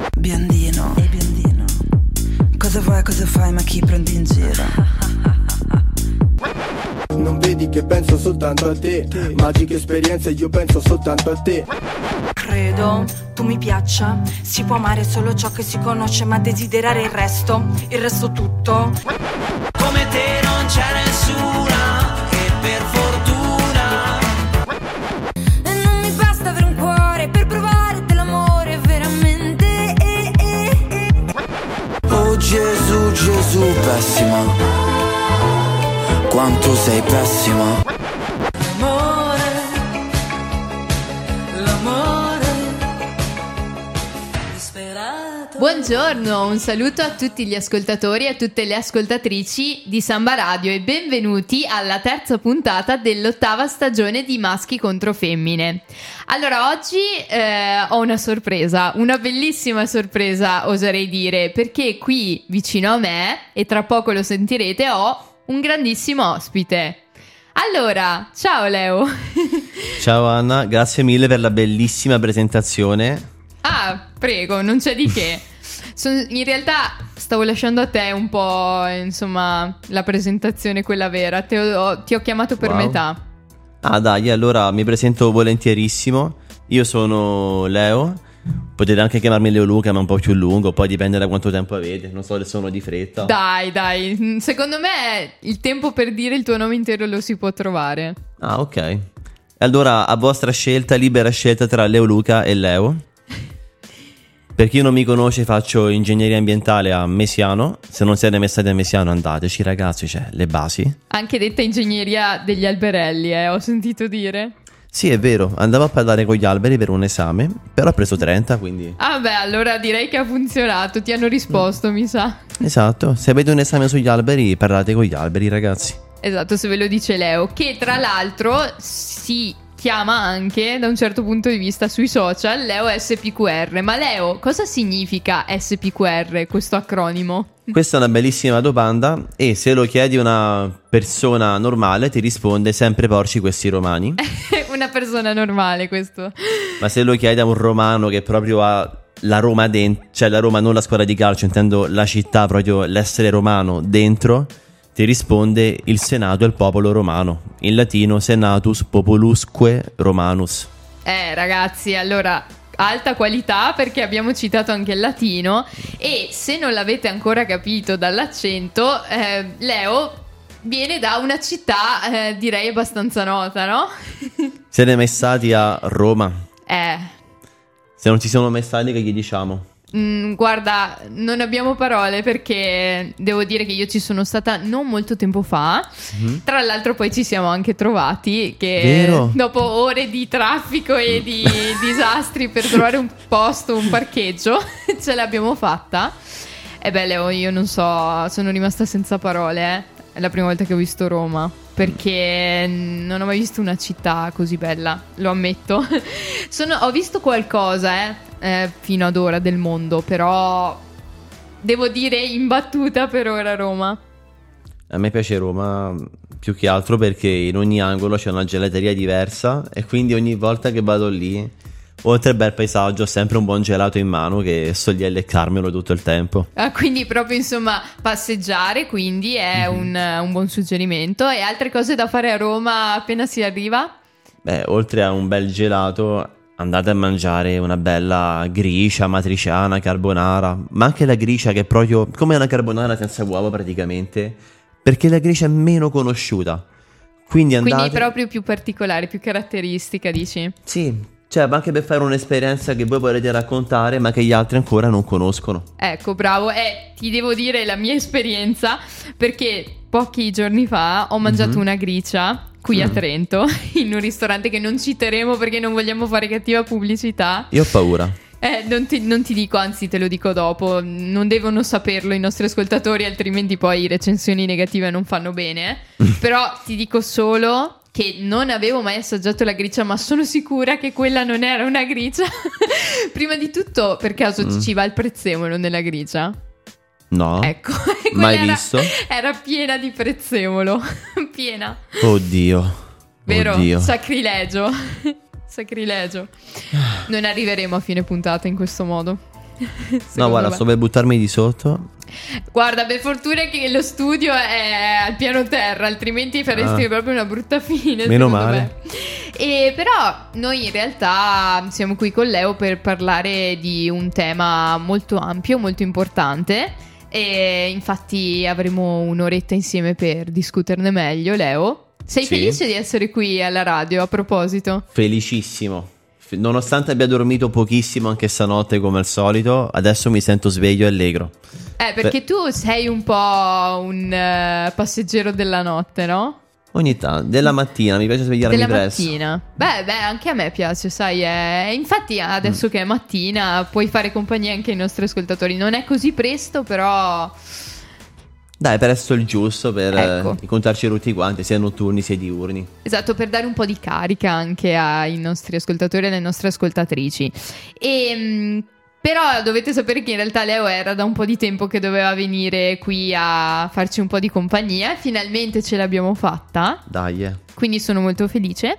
Biondino, e biondino, cosa vuoi, cosa fai, ma chi prendi in giro? Non vedi che penso soltanto a te, magiche esperienze, io penso soltanto a te. Credo tu mi piaccia, si può amare solo ciò che si conosce, ma desiderare il resto tutto. Come te non c'è nessuna, e per fortuna. E non mi basta avere un cuore per provare dell'amore veramente. Oh Gesù, Gesù, pessima, quanto sei pessima. Buongiorno, un saluto a tutti gli ascoltatori e a tutte le ascoltatrici di Samba Radio e benvenuti alla terza puntata dell'8ª stagione di Maschi contro Femmine. Allora, oggi ho una sorpresa, una bellissima sorpresa oserei dire, perché qui vicino a me, e tra poco lo sentirete, ho un grandissimo ospite. Allora, ciao Leo. Ciao Anna, grazie mille per la bellissima presentazione. Ah, prego, non c'è di che. In realtà stavo lasciando a te un po', insomma, la presentazione quella vera. Ti ho chiamato per metà. Ah dai, allora mi presento volentierissimo. Io sono Leo. Potete anche chiamarmi Leo Luca, ma un po' più lungo. Poi dipende da quanto tempo avete. Non so se sono di fretta. Dai, secondo me il tempo per dire il tuo nome intero lo si può trovare. Ah, ok. Allora, a vostra scelta, libera scelta tra Leo Luca e Leo. Per chi non mi conosce, faccio ingegneria ambientale a Mesiano. Se non siete mai stati a Mesiano, andateci ragazzi, c'è le basi. Anche detta ingegneria degli alberelli, ho sentito dire. Sì, è vero, andavo a parlare con gli alberi per un esame, però ho preso 30, quindi... Ah beh, allora direi che ha funzionato, ti hanno risposto, mi sa. Esatto, se avete un esame sugli alberi, parlate con gli alberi ragazzi. Esatto, se ve lo dice Leo, che tra l'altro si chiama anche, da un certo punto di vista sui social, Leo SPQR. Ma Leo, cosa significa SPQR, questo acronimo? Questa è una bellissima domanda e se lo chiedi a una persona normale ti risponde sempre porci questi romani. Una persona normale questo. Ma se lo chiedi a un romano che proprio ha la Roma dentro, cioè la Roma non la squadra di calcio, intendo la città, proprio l'essere romano dentro, ti risponde il Senato è il popolo romano. In latino Senatus Populusque Romanus. Ragazzi, allora alta qualità perché abbiamo citato anche il latino e se non l'avete ancora capito dall'accento, Leo viene da una città direi abbastanza nota, no? Siete mai stati a Roma? Se non ci sono mai stati, che gli diciamo? Guarda, non abbiamo parole perché devo dire che io ci sono stata non molto tempo fa. Tra l'altro poi ci siamo anche trovati che Vero? Dopo ore di traffico e di disastri per trovare un posto, un parcheggio, ce l'abbiamo fatta. E beh Leo, io non so, sono rimasta senza parole, È la prima volta che ho visto Roma, perché non ho mai visto una città così bella, lo ammetto. Ho visto qualcosa fino ad ora del mondo, però devo dire imbattuta per ora Roma. A me piace Roma più che altro perché in ogni angolo c'è una gelateria diversa e quindi ogni volta che vado lì, oltre al bel paesaggio, ho sempre un buon gelato in mano che sto lì a leccarmelo tutto il tempo. Quindi proprio insomma passeggiare quindi è un buon suggerimento. E altre cose da fare a Roma appena si arriva? Beh, oltre a un bel gelato andate a mangiare una bella gricia, matriciana, carbonara. Ma anche la gricia che è proprio come una carbonara senza uova praticamente, perché la gricia è meno conosciuta. Quindi proprio più particolare, più caratteristica, dici? Sì, cioè ma anche per fare un'esperienza che voi vorrete raccontare ma che gli altri ancora non conoscono. Ecco, bravo. Ti devo dire la mia esperienza, perché pochi giorni fa ho mangiato una gricia qui a Trento, in un ristorante che non citeremo perché non vogliamo fare cattiva pubblicità. Io ho paura. Non ti dico, anzi te lo dico dopo. Non devono saperlo i nostri ascoltatori, altrimenti poi recensioni negative non fanno bene. Però ti dico solo che non avevo mai assaggiato la gricia, ma sono sicura che quella non era una gricia. Prima di tutto, per caso ci va il prezzemolo nella gricia? No. Ecco, mai visto? Era piena di prezzemolo. Piena. Oddio. Vero? Oddio. Sacrilegio. Sacrilegio. Non arriveremo a fine puntata in questo modo. No, guarda, sto per buttarmi di sotto. Guarda, per fortuna che lo studio è al piano terra, altrimenti faresti proprio una brutta fine. Meno male. Però noi in realtà siamo qui con Leo per parlare di un tema molto ampio, molto importante. E infatti avremo un'oretta insieme per discuterne meglio. Leo, sei felice di essere qui alla radio, a proposito? Felicissimo. Nonostante abbia dormito pochissimo anche stanotte come al solito, adesso mi sento sveglio e allegro. Perché tu sei un po' un passeggero della notte, no? Ogni tanto, della mattina, mi piace svegliarmi presto. Della mattina. Beh, anche a me piace, sai. Infatti adesso che è mattina puoi fare compagnia anche ai nostri ascoltatori. Non è così presto, però... Dai, presto il giusto per incontrarci tutti quanti, sia notturni sia diurni. Esatto, per dare un po' di carica anche ai nostri ascoltatori e alle nostre ascoltatrici. Però dovete sapere che in realtà Leo era da un po' di tempo che doveva venire qui a farci un po' di compagnia. Finalmente ce l'abbiamo fatta. Dai. Quindi sono molto felice.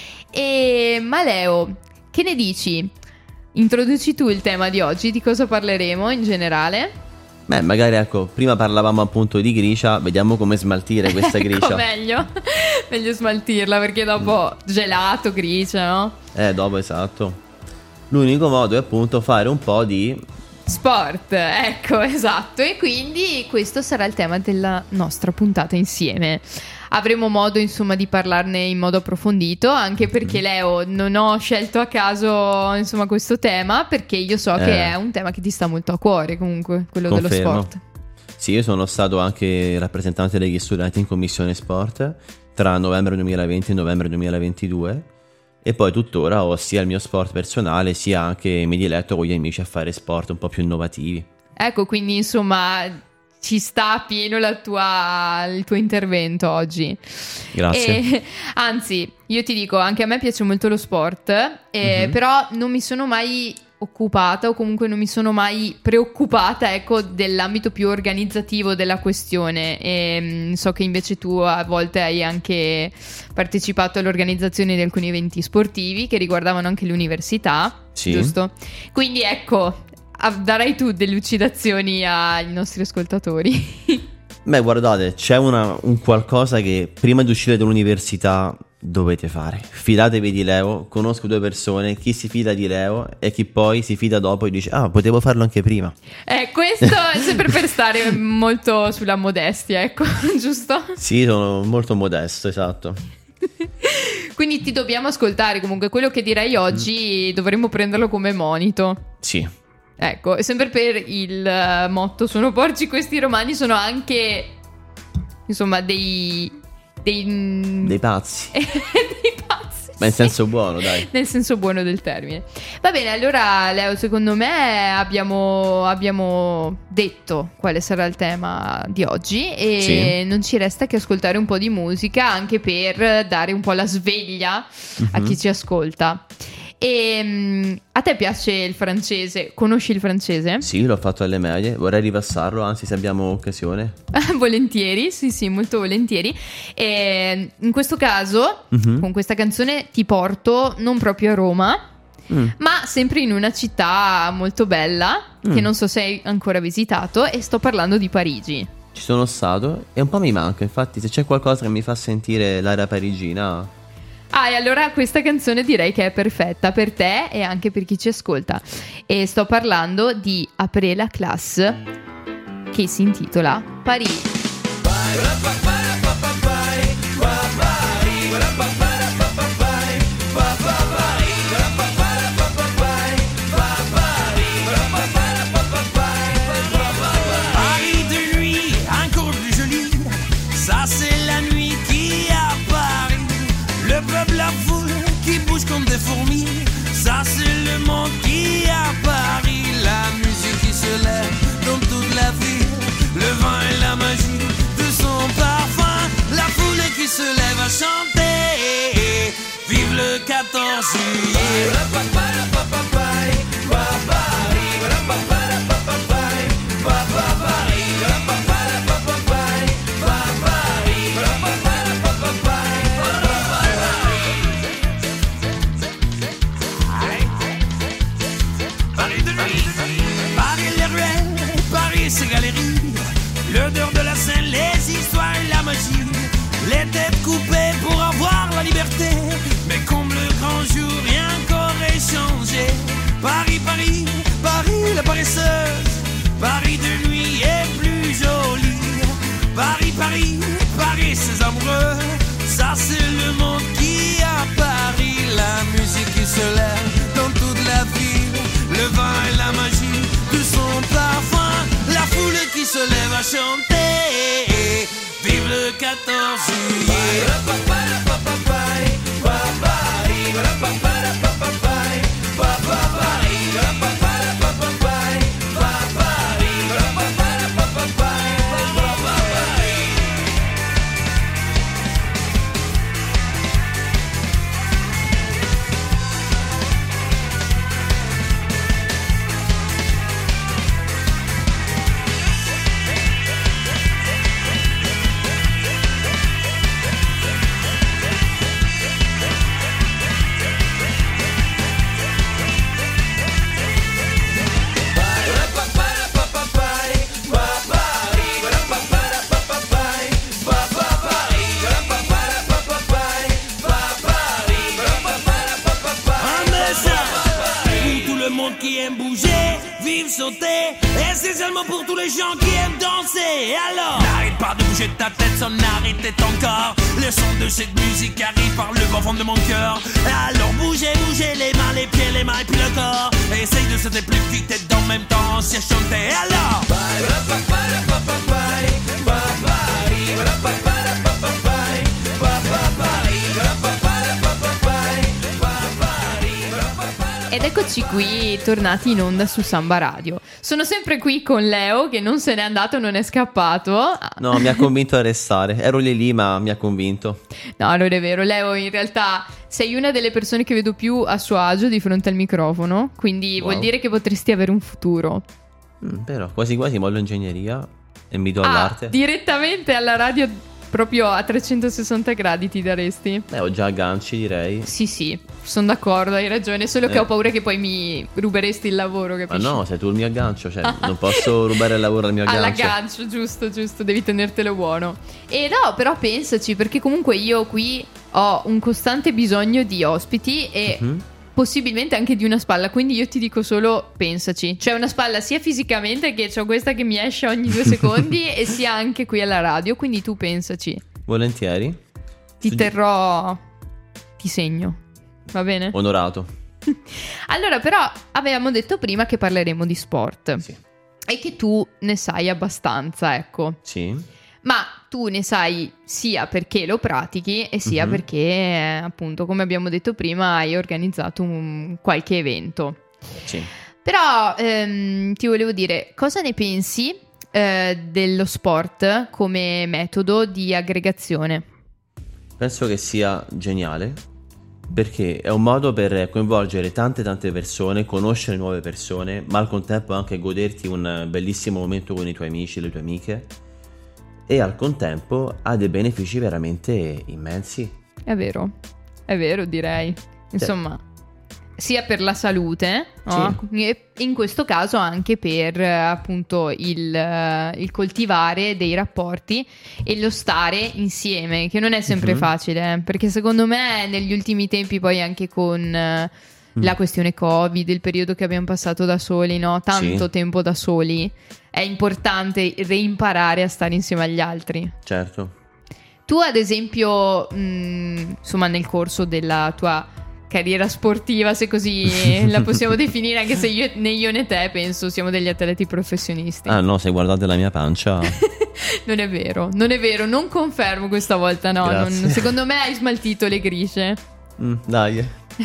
Ma Leo, che ne dici? Introduci tu il tema di oggi, di cosa parleremo in generale? Beh, magari ecco, prima parlavamo appunto di gricia, vediamo come smaltire questa gricia. Meglio smaltirla, perché dopo gelato, gricia, no? Dopo, esatto. L'unico modo è appunto fare un po' di sport, ecco, esatto. E quindi questo sarà il tema della nostra puntata insieme. Avremo modo insomma di parlarne in modo approfondito, anche perché Leo, non ho scelto a caso insomma questo tema, perché io so che è un tema che ti sta molto a cuore comunque, quello Confermo. dello sport. Sì, io sono stato anche rappresentante degli studenti in commissione sport tra novembre 2020 e novembre 2022 e poi tuttora ho sia il mio sport personale sia anche mi diletto con gli amici a fare sport un po' più innovativi. Ecco, quindi insomma ci sta pieno il tuo intervento oggi. Grazie. Anzi, io ti dico, anche a me piace molto lo sport, però non mi sono mai occupata o comunque non mi sono mai preoccupata, ecco, dell'ambito più organizzativo della questione. E so che invece tu a volte hai anche partecipato all'organizzazione di alcuni eventi sportivi che riguardavano anche l'università, sì. Giusto? Quindi ecco, darai tu delucidazioni ai nostri ascoltatori. Beh, guardate, c'è un qualcosa che prima di uscire dall'università dovete fare. Fidatevi di Leo. Conosco due persone, chi si fida di Leo e chi poi si fida dopo e dice potevo farlo anche prima. Questo è sempre per stare molto sulla modestia, ecco, giusto? Sì, sono molto modesto, esatto. Quindi ti dobbiamo ascoltare. Comunque quello che direi oggi dovremmo prenderlo come monito. Sì. Ecco, e sempre per il motto sono porci questi romani, sono anche insomma dei pazzi. Dei pazzi. Ma in senso buono, dai. Nel senso buono del termine. Va bene, allora Leo, secondo me abbiamo detto quale sarà il tema di oggi e non ci resta che ascoltare un po' di musica, anche per dare un po' la sveglia a chi ci ascolta. E a te piace il francese? Conosci il francese? Sì, l'ho fatto alle medie, vorrei ripassarlo, anzi se abbiamo occasione. Volentieri, sì, molto volentieri. E in questo caso, con questa canzone ti porto non proprio a Roma, ma sempre in una città molto bella, che non so se hai ancora visitato, e sto parlando di Parigi. Ci sono stato e un po' mi manca, infatti se c'è qualcosa che mi fa sentire l'aria parigina... E allora questa canzone direi che è perfetta per te e anche per chi ci ascolta. E sto parlando di Après la classe, che si intitola Paris. Paris de nuit, encore plus jolie, ça c'est la nuit qui a Paris. Le peuple, la foule qui bouge comme des fourmis, ça c'est le monde qui a Paris. La musique qui se lève dans toute la ville, le vin et la magie de son parfum. se lève dans toute la ville. Le vin et la magie de son parfum. La foule qui se lève à chanter. Vive le 14 juillet. Sauter, et c'est seulement pour tous les gens qui aiment danser. Alors, n'arrête pas de bouger ta tête sans arrêter ton corps. Le son de cette musique arrive par le bas fond de mon cœur. Alors bougez, bougez les mains, les pieds, les mains et puis le corps. Essaye de sauter plus vite et en même temps si à chanter. Alors Ed eccoci qui, tornati in onda su Samba Radio. Sono sempre qui con Leo, che non se n'è andato, non è scappato. No, mi ha convinto a restare. Ero lì, ma mi ha convinto. No, non è vero. Leo, in realtà sei una delle persone che vedo più a suo agio di fronte al microfono. Quindi vuol dire che potresti avere un futuro. Però quasi quasi mollo ingegneria e mi do all'arte. Direttamente alla radio, proprio a 360 gradi ti daresti? Ho già agganci, direi. Sì, sono d'accordo, hai ragione. Solo che ho paura che poi mi ruberesti il lavoro, capisci? Ma no, sei tu il mio aggancio, cioè non posso rubare il lavoro al mio aggancio. All'aggancio, giusto, devi tenertelo buono. E no, però pensaci, perché comunque io qui ho un costante bisogno di ospiti e possibilmente anche di una spalla, quindi io ti dico solo pensaci. Cioè una spalla sia fisicamente, che c'ho questa che mi esce ogni 2 secondi, e sia anche qui alla radio, quindi tu pensaci. Volentieri. Ti terrò, ti segno, va bene? Onorato. Allora, però avevamo detto prima che parleremo di sport. Sì. E che tu ne sai abbastanza, ecco. Sì. Ma tu ne sai sia perché lo pratichi e sia perché, appunto, come abbiamo detto prima, hai organizzato qualche evento. Sì. Però ti volevo dire, cosa ne pensi dello sport come metodo di aggregazione? Penso che sia geniale, perché è un modo per coinvolgere tante persone, conoscere nuove persone, ma al contempo anche goderti un bellissimo momento con i tuoi amici, le tue amiche. E al contempo ha dei benefici veramente immensi. È vero, direi. Insomma, sia per la salute, no? E in questo caso anche per appunto il coltivare dei rapporti e lo stare insieme, che non è sempre facile, perché secondo me negli ultimi tempi, poi anche con la questione Covid, il periodo che abbiamo passato da soli, no? Tanto tempo da soli, è importante reimparare a stare insieme agli altri. Certo. Tu ad esempio, insomma, nel corso della tua carriera sportiva, se così la possiamo definire, anche se né io né te penso siamo degli atleti professionisti. Ah no, se guardate la mia pancia. Non è vero, non confermo questa volta, no. Secondo me hai smaltito le grigie. Dai.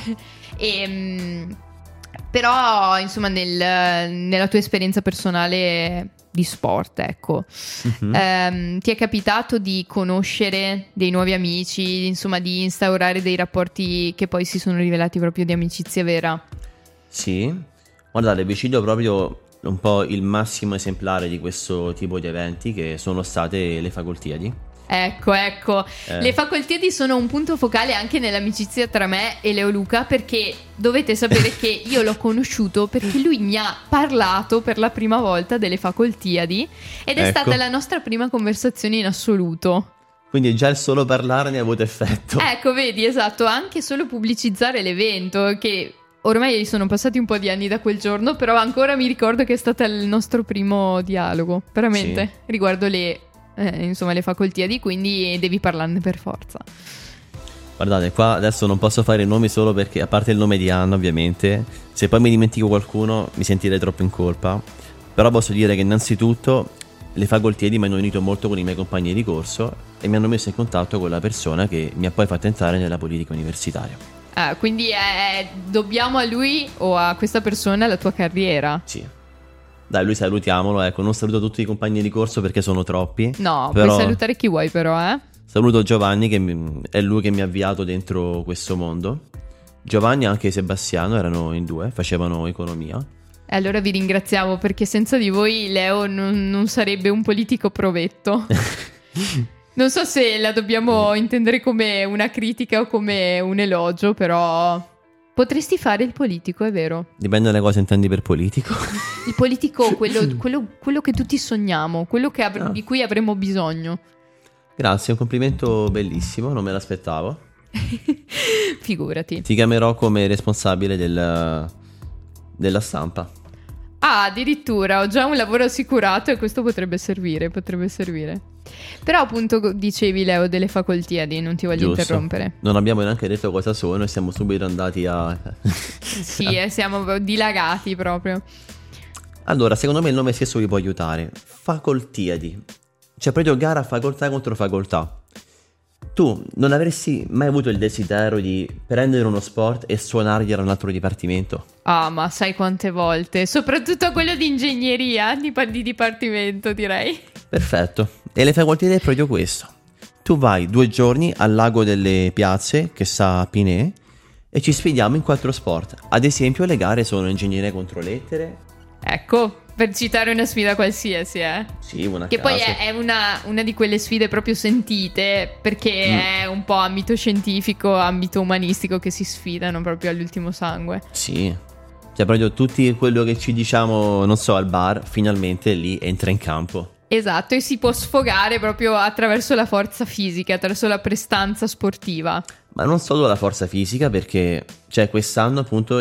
Però insomma nella tua esperienza personale di sport, ecco, ti è capitato di conoscere dei nuovi amici, insomma di instaurare dei rapporti che poi si sono rivelati proprio di amicizia vera? Sì, guardate, vi cito proprio un po' il massimo esemplare di questo tipo di eventi, che sono state le Facoltiadi. Ecco, le Facoltiadi sono un punto focale anche nell'amicizia tra me e Leo Luca, perché dovete sapere che io l'ho conosciuto perché lui mi ha parlato per la prima volta delle Facoltiadi ed è stata la nostra prima conversazione in assoluto. Quindi già il solo parlarne ha avuto effetto. Ecco, vedi, esatto, anche solo pubblicizzare l'evento, che ormai sono passati un po' di anni da quel giorno, però ancora mi ricordo che è stato il nostro primo dialogo, veramente, riguardo le Facoltiadi, quindi devi parlarne per forza. Guardate, qua adesso non posso fare i nomi solo perché, a parte il nome di Anna ovviamente, se poi mi dimentico qualcuno mi sentirei troppo in colpa. Però posso dire che innanzitutto le facoltiedi mi hanno unito molto con i miei compagni di corso e mi hanno messo in contatto con la persona che mi ha poi fatto entrare nella politica universitaria. Quindi dobbiamo a lui o a questa persona la tua carriera? Sì. Dai, lui salutiamolo, ecco, non saluto tutti i compagni di corso perché sono troppi. No, però puoi salutare chi vuoi però, saluto Giovanni, è lui che mi ha avviato dentro questo mondo. Giovanni e anche Sebastiano erano in due, facevano economia. E allora vi ringraziamo perché senza di voi Leo non sarebbe un politico provetto. Non so se la dobbiamo intendere come una critica o come un elogio, però potresti fare il politico, è vero. Dipende da cosa intendi per politico. Il politico, quello che tutti sogniamo, quello di cui avremo bisogno. Grazie, è un complimento bellissimo, non me l'aspettavo. Figurati. Ti chiamerò come responsabile della stampa. Addirittura ho già un lavoro assicurato e questo potrebbe servire. Però appunto dicevi, Leo, delle facoltiadi, non ti voglio interrompere. Non abbiamo neanche detto cosa sono e siamo subito andati a... Sì, siamo dilagati proprio. Allora, secondo me il nome stesso vi può aiutare. Facoltiadi. Cioè proprio gara facoltà contro facoltà. Tu non avresti mai avuto il desiderio di prendere uno sport e suonarglielo a un altro dipartimento? Ma sai quante volte? Soprattutto quello di ingegneria, di dipartimento, direi. Perfetto. E le facoltà è proprio questo. Tu vai 2 giorni al lago delle Piazze, che sta a Pinè, e ci sfidiamo in 4 sport. Ad esempio le gare sono ingegneria contro lettere. Ecco, per citare una sfida qualsiasi, Sì, una che caso. poi è una di quelle sfide proprio sentite, perché è un po' ambito scientifico, ambito umanistico che si sfidano proprio all'ultimo sangue. Sì. Cioè proprio tutti quello che ci diciamo, non so, al bar, finalmente lì entra in campo. Esatto, e si può sfogare proprio attraverso la forza fisica, attraverso la prestanza sportiva. Ma non solo la forza fisica, perché cioè quest'anno appunto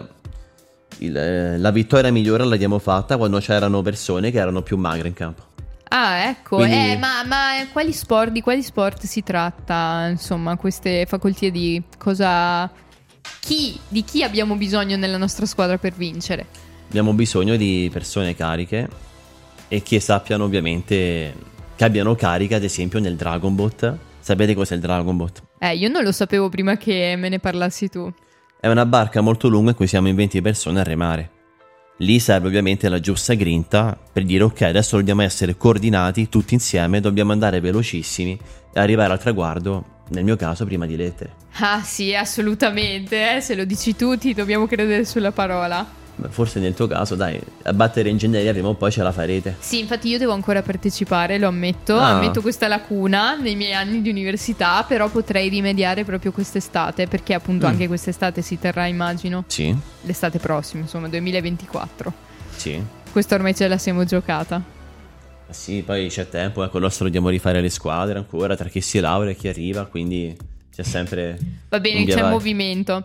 la vittoria migliore l'abbiamo fatta quando c'erano persone che erano più magre in campo. Ecco. Quindi... Ma di quali sport si tratta? Insomma, queste facoltà di cosa... Di chi abbiamo bisogno nella nostra squadra per vincere? Abbiamo bisogno di persone cariche e che sappiano ovviamente, che abbiano carica ad esempio nel Dragon Boat. Sapete cos'è il Dragon Boat? Io non lo sapevo prima che me ne parlassi tu. È una barca molto lunga in cui siamo in 20 persone a remare. Lì serve ovviamente la giusta grinta per dire ok, adesso dobbiamo essere coordinati tutti insieme, dobbiamo andare velocissimi e arrivare al traguardo, nel mio caso prima di lettere. Sì, assolutamente, se lo dici tu ti dobbiamo credere sulla parola. Forse nel tuo caso, dai, a battere ingegneria prima o poi ce la farete. Sì, infatti io devo ancora partecipare, lo ammetto. Ammetto questa lacuna nei miei anni di università, però potrei rimediare proprio quest'estate, perché appunto anche quest'estate si terrà, immagino. Sì. L'estate prossima, insomma, 2024. Sì. Questa ormai ce la siamo giocata. Sì, poi c'è tempo, ecco, nostro dobbiamo rifare le squadre ancora, tra chi si laurea e chi arriva, quindi c'è sempre... Va bene, c'è movimento.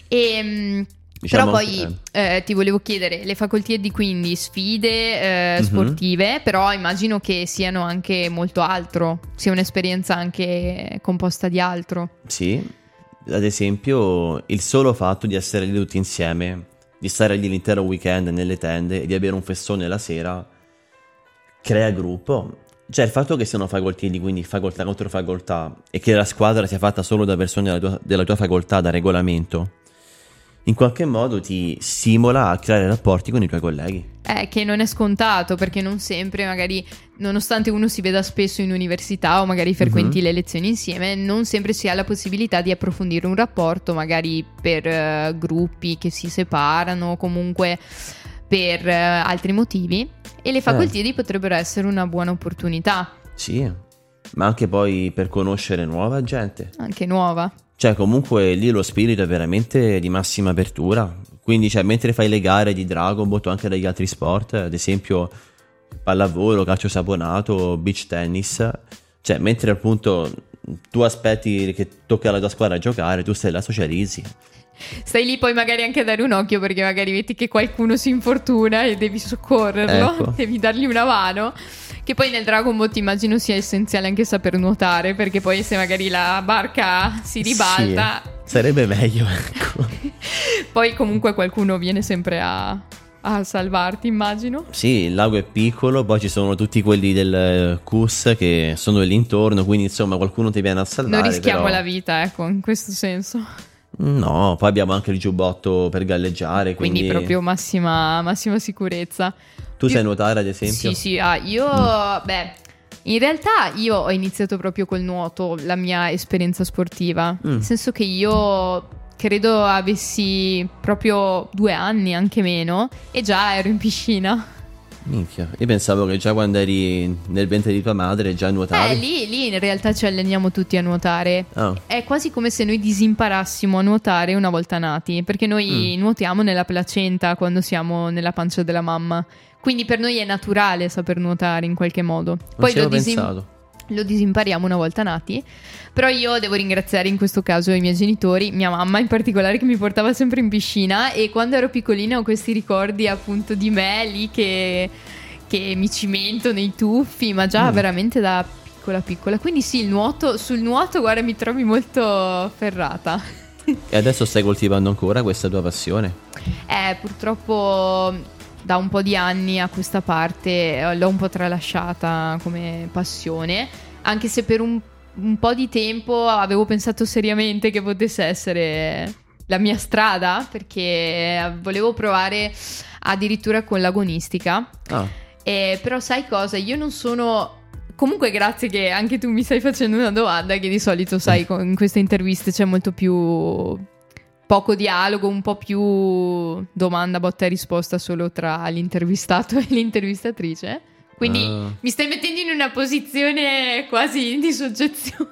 Diciamo, però poi ti volevo chiedere, le facoltà di quindi sfide sportive, però immagino che siano anche molto altro, sia un'esperienza anche composta di altro. Sì, ad esempio il solo fatto di essere lì tutti insieme, di stare lì l'intero weekend nelle tende e di avere un festone la sera, crea gruppo. Cioè il fatto che siano facoltini, quindi facoltà contro facoltà, e che la squadra sia fatta solo da persone della tua facoltà, da regolamento, in qualche modo ti stimola a creare rapporti con i tuoi colleghi. Che non è scontato, perché non sempre, magari, nonostante uno si veda spesso in università o magari frequenti le lezioni insieme, non sempre si ha la possibilità di approfondire un rapporto, magari per gruppi che si separano o comunque per altri motivi, e le facoltà potrebbero essere una buona opportunità. Sì, ma anche poi per conoscere nuova gente. Anche nuova. Cioè comunque lì lo spirito è veramente di massima apertura. Quindi cioè mentre fai le gare di Dragon Boat o anche degli altri sport, ad esempio pallavolo, calcio saponato, beach tennis, cioè mentre appunto tu aspetti che tocca alla tua squadra giocare, tu stai là, socializzi. Stai lì poi magari anche a dare un occhio, perché magari vedi che qualcuno si infortuna e devi soccorrerlo, ecco. Devi dargli una mano. Che poi nel Dragon Boat immagino sia essenziale anche saper nuotare, perché poi se magari la barca si ribalta... Sì, sarebbe meglio, ecco. Poi comunque qualcuno viene sempre a salvarti, immagino. Sì, il lago è piccolo, poi ci sono tutti quelli del CUS che sono lì intorno, quindi insomma qualcuno ti viene a salvare. Non rischiamo però... la vita, ecco, in questo senso. No, poi abbiamo anche il giubbotto per galleggiare, quindi proprio massima sicurezza. Tu sai nuotare, ad esempio? Sì, io in realtà io ho iniziato proprio col nuoto, la mia esperienza sportiva, nel senso che io credo avessi proprio 2 anni, anche meno, e già ero in piscina. Minchia, io pensavo che già quando eri nel ventre di tua madre già nuotavi. Lì in realtà ci alleniamo tutti a nuotare. Oh. È quasi come se noi disimparassimo a nuotare una volta nati, perché noi nuotiamo nella placenta quando siamo nella pancia della mamma. Quindi per noi è naturale saper nuotare in qualche modo. Poi lo disimpariamo una volta nati. Però io devo ringraziare in questo caso i miei genitori, mia mamma in particolare, che mi portava sempre in piscina, e quando ero piccolina ho questi ricordi appunto di me lì che mi cimento nei tuffi, ma già veramente da piccola. Quindi sì, sul nuoto guarda, mi trovi molto ferrata. E adesso stai coltivando ancora questa tua passione? Purtroppo da un po' di anni a questa parte l'ho un po' tralasciata come passione, anche se per un po' di tempo avevo pensato seriamente che potesse essere la mia strada, perché volevo provare addirittura con l'agonistica. Però sai cosa? Io non sono... Comunque grazie che anche tu mi stai facendo una domanda, che di solito sai in queste interviste c'è molto più... poco dialogo, un po' più domanda, botta e risposta solo tra l'intervistato e l'intervistatrice. Quindi mi stai mettendo in una posizione quasi di soggezione.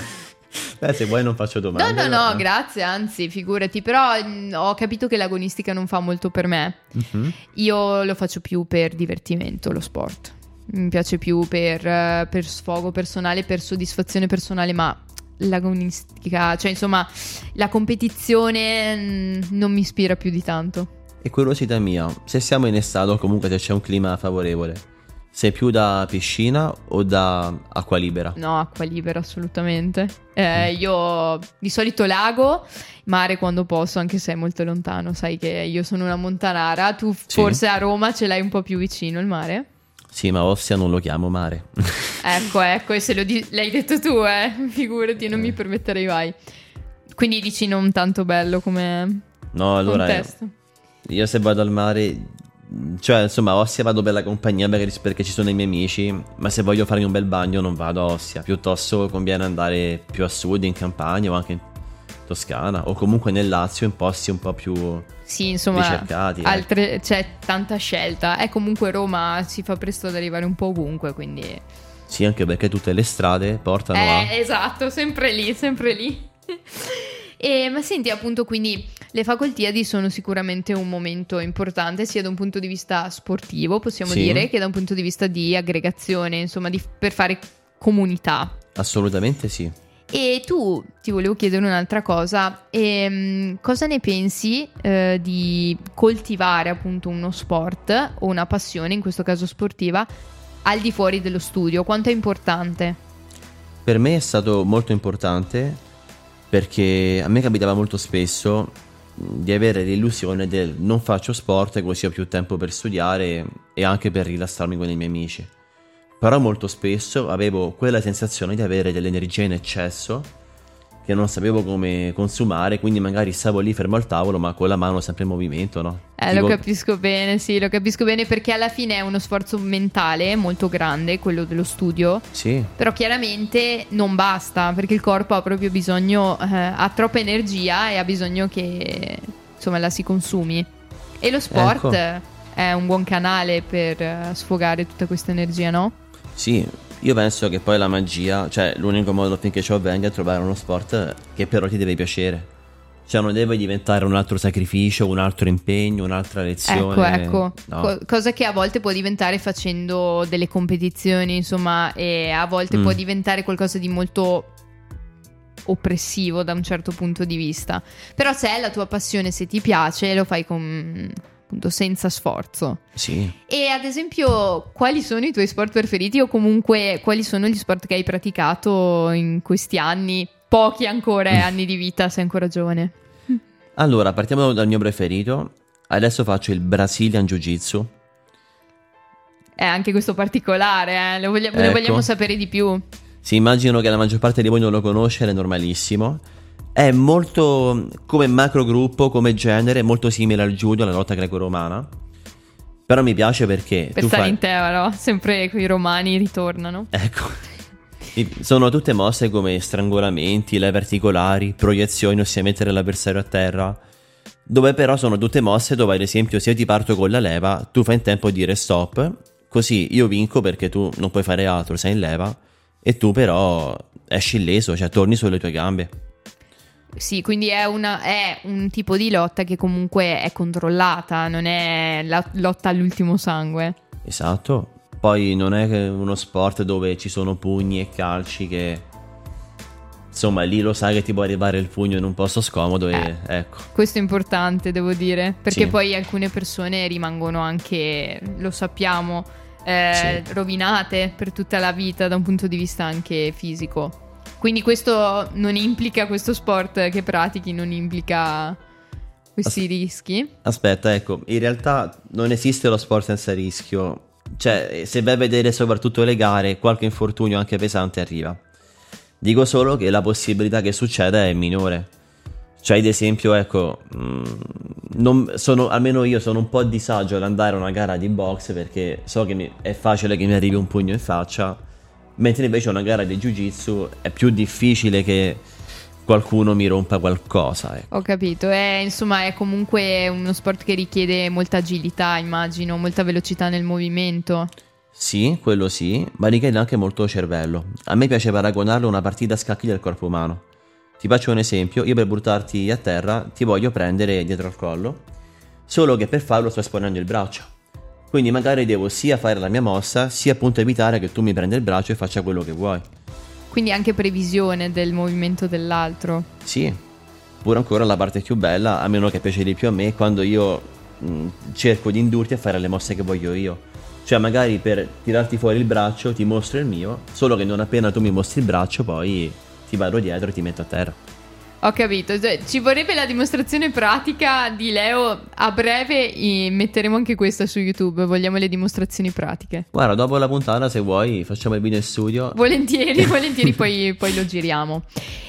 Se vuoi non faccio domande. No, grazie, anzi, figurati. Però ho capito che l'agonistica non fa molto per me. Io lo faccio più per divertimento, lo sport. Mi piace più per sfogo personale, per soddisfazione personale, ma... l'agonistica, cioè insomma la competizione non mi ispira più di tanto. E curiosità mia, se siamo in estate o comunque se c'è un clima favorevole, sei più da piscina o da acqua libera? No, acqua libera assolutamente. Io di solito lago, mare quando posso, anche se è molto lontano. Sai che io sono una montanara. Tu forse a Roma ce l'hai un po' più vicino il mare? Sì, ma Ostia non lo chiamo mare. Ecco, e se l'hai detto tu, figurati, non mi permetterei mai. Quindi dici non tanto bello come no, allora contesto. Io se vado al mare, cioè insomma a Ostia vado per la compagnia perché ci sono i miei amici, ma se voglio farmi un bel bagno non vado a Ostia. Piuttosto conviene andare più a sud, in Campania o anche in Toscana, o comunque nel Lazio, in posti un po' più... Sì, insomma, ricercati, c'è tanta scelta. Comunque Roma si fa presto ad arrivare un po' ovunque, quindi... Sì, anche perché tutte le strade portano a... Esatto, sempre lì. Ma senti, appunto, quindi le facoltiadi sono sicuramente un momento importante, sia da un punto di vista sportivo, possiamo dire, che da un punto di vista di aggregazione, insomma, per fare comunità. Assolutamente sì. E tu, ti volevo chiedere un'altra cosa, cosa ne pensi di coltivare appunto uno sport o una passione, in questo caso sportiva, al di fuori dello studio? Quanto è importante? Per me è stato molto importante, perché a me capitava molto spesso di avere l'illusione del non faccio sport così ho più tempo per studiare e anche per rilassarmi con i miei amici. Però molto spesso avevo quella sensazione di avere dell'energia in eccesso che non sapevo come consumare, quindi magari stavo lì fermo al tavolo ma con la mano sempre in movimento, no? Lo capisco bene, sì, lo capisco bene, perché alla fine è uno sforzo mentale molto grande, quello dello studio. Sì. Però chiaramente non basta, perché il corpo ha proprio bisogno, ha troppa energia e ha bisogno che insomma la si consumi. E lo sport è un buon canale per sfogare tutta questa energia, no? Sì, io penso che poi la magia, cioè l'unico modo finché ciò avvenga è trovare uno sport che però ti deve piacere. Cioè non deve diventare un altro sacrificio, un altro impegno, un'altra lezione. Ecco. No. Cosa che a volte può diventare facendo delle competizioni, insomma, e a volte può diventare qualcosa di molto oppressivo da un certo punto di vista. Però se è la tua passione, se ti piace, lo fai con appunto senza sforzo. Sì. E ad esempio, quali sono i tuoi sport preferiti, o comunque quali sono gli sport che hai praticato in questi anni, pochi ancora anni di vita, sei ancora giovane? Allora, partiamo dal mio preferito. Adesso faccio il Brazilian Jiu-Jitsu. Anche questo particolare, ne Ecco. vogliamo sapere di più. Sì, immagino che la maggior parte di voi non lo conosce, è normalissimo. È molto, come macro gruppo, come genere, molto simile al judo, alla lotta greco-romana. Però mi piace perché Per tu stare fai... in tema, no? Sempre quei romani ritornano. Ecco. Sono tutte mosse come strangolamenti, leve articolari, proiezioni, ossia mettere l'avversario a terra. Dove però sono tutte mosse dove, ad esempio, se io ti parto con la leva, tu fai in tempo a dire stop. Così io vinco perché tu non puoi fare altro, sei in leva. E tu però esci illeso, cioè torni sulle tue gambe. Sì, quindi è un tipo di lotta che comunque è controllata, non è la lotta all'ultimo sangue. Esatto. Poi non è uno sport dove ci sono pugni e calci che... Insomma, lì lo sai che ti può arrivare il pugno in un posto scomodo e ecco. Questo è importante, devo dire, perché Sì. poi alcune persone rimangono anche, lo sappiamo, Sì. rovinate per tutta la vita da un punto di vista anche fisico. Quindi questo non implica, questo sport che pratichi non implica questi rischi. Aspetta, ecco, in realtà non esiste lo sport senza rischio. Cioè, se vai a vedere soprattutto le gare, qualche infortunio anche pesante arriva. Dico solo che la possibilità che succeda è minore. Cioè, ad esempio, ecco, almeno io sono un po' a disagio ad andare a una gara di box perché so che è facile che mi arrivi un pugno in faccia, mentre invece una gara di jiu-jitsu è più difficile che qualcuno mi rompa qualcosa, ecco. Ho capito, insomma è comunque uno sport che richiede molta agilità, immagino, molta velocità nel movimento. Sì, quello sì, ma richiede anche molto cervello. A me piace paragonarlo a una partita a scacchi del corpo umano. Ti faccio un esempio, io per buttarti a terra ti voglio prendere dietro al collo, solo che per farlo sto esponendo il braccio. Quindi magari devo sia fare la mia mossa, sia appunto evitare che tu mi prenda il braccio e faccia quello che vuoi. Quindi anche previsione del movimento dell'altro. Sì, pure ancora la parte più bella, a meno che piace di più a me, quando io cerco di indurti a fare le mosse che voglio io. Cioè magari per tirarti fuori il braccio ti mostro il mio, solo che non appena tu mi mostri il braccio poi ti vado dietro e ti metto a terra. Ho capito, cioè, ci vorrebbe la dimostrazione pratica di Leo a breve, metteremo anche questa su YouTube, vogliamo le dimostrazioni pratiche. Guarda, dopo la puntata se vuoi facciamo il video in studio. Volentieri, poi lo giriamo.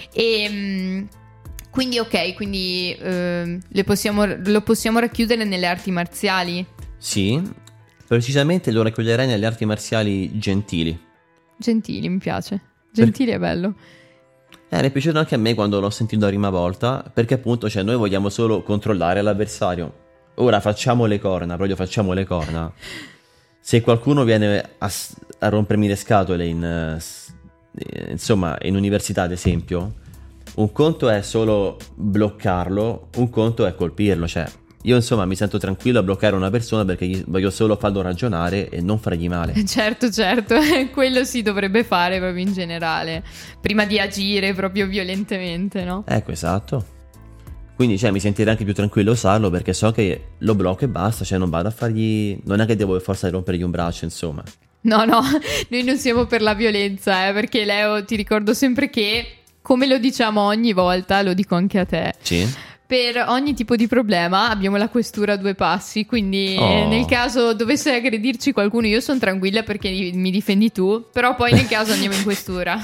Quindi ok, lo possiamo racchiudere nelle arti marziali? Sì, precisamente lo raccoglierei nelle arti marziali gentili. Gentili, mi piace. Gentili è bello. Mi è piaciuto anche a me quando l'ho sentito la prima volta, perché appunto cioè, noi vogliamo solo controllare l'avversario. Ora facciamo le corna, proprio facciamo le corna. Se qualcuno viene a rompermi le scatole in università ad esempio, un conto è solo bloccarlo, un conto è colpirlo, cioè io insomma mi sento tranquillo a bloccare una persona perché voglio solo farlo ragionare e non fargli male. Certo, quello si dovrebbe fare proprio in generale, prima di agire proprio violentemente, no? Ecco, esatto. Quindi cioè mi sentirei anche più tranquillo a usarlo perché so che lo blocco e basta, cioè non vado a fargli... Non è che devo per forza rompergli un braccio, insomma. No, noi non siamo per la violenza, perché Leo, ti ricordo sempre che, come lo diciamo ogni volta, lo dico anche a te. Sì. Per ogni tipo di problema abbiamo la questura a 2 passi, quindi nel caso dovesse aggredirci qualcuno io sono tranquilla perché mi difendi tu, però poi nel caso andiamo in questura.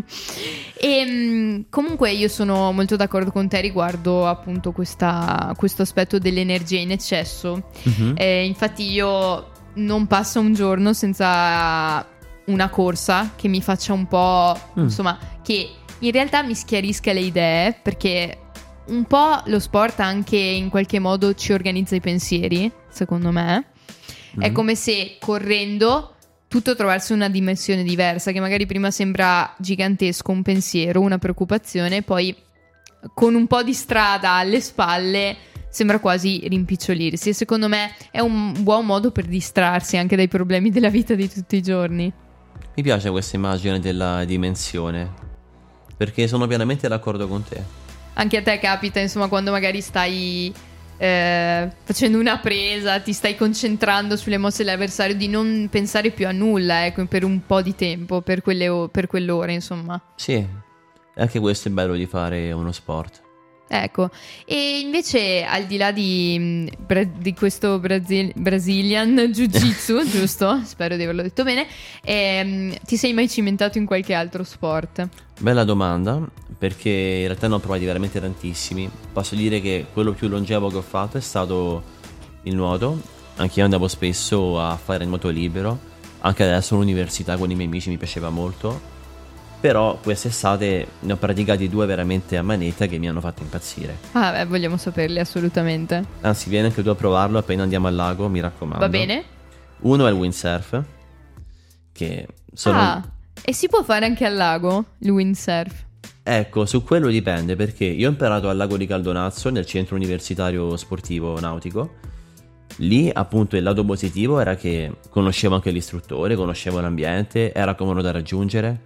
E comunque io sono molto d'accordo con te riguardo appunto questo aspetto dell'energia in eccesso. Infatti io non passo un giorno senza una corsa che mi faccia un po', insomma, che in realtà mi schiarisca le idee, perché un po' lo sport anche in qualche modo ci organizza i pensieri, secondo me. È come se correndo tutto trovasse una dimensione diversa, che magari prima sembra gigantesco un pensiero, una preoccupazione, poi con un po' di strada alle spalle sembra quasi rimpicciolirsi, e secondo me è un buon modo per distrarsi anche dai problemi della vita di tutti i giorni. Mi piace questa immagine della dimensione, perché sono pienamente d'accordo con te. Anche a te capita, insomma, quando magari stai facendo una presa, ti stai concentrando sulle mosse dell'avversario, di non pensare più a nulla, ecco, per un po' di tempo, per quell'ora, insomma. Sì, anche questo è bello di fare uno sport. Ecco, e invece al di là di questo Brazilian Jiu-Jitsu, giusto? Spero di averlo detto bene, ti sei mai cimentato in qualche altro sport? Bella domanda, perché in realtà ne ho provati veramente tantissimi. Posso dire che quello più longevo che ho fatto è stato il nuoto. Anche io andavo spesso a fare il nuoto libero, anche adesso all'università con i miei amici mi piaceva molto. Però quest'estate ne ho praticati 2 veramente a manetta che mi hanno fatto impazzire. Ah beh, vogliamo saperli assolutamente. Anzi, vieni anche tu a provarlo appena andiamo al lago, mi raccomando. Va bene? Uno è il windsurf, che sono... e si può fare anche al lago il windsurf? Ecco, su quello dipende, perché io ho imparato al lago di Caldonazzo, nel centro universitario sportivo nautico. Lì appunto il lato positivo era che conoscevo anche l'istruttore, conoscevo l'ambiente, era comodo da raggiungere.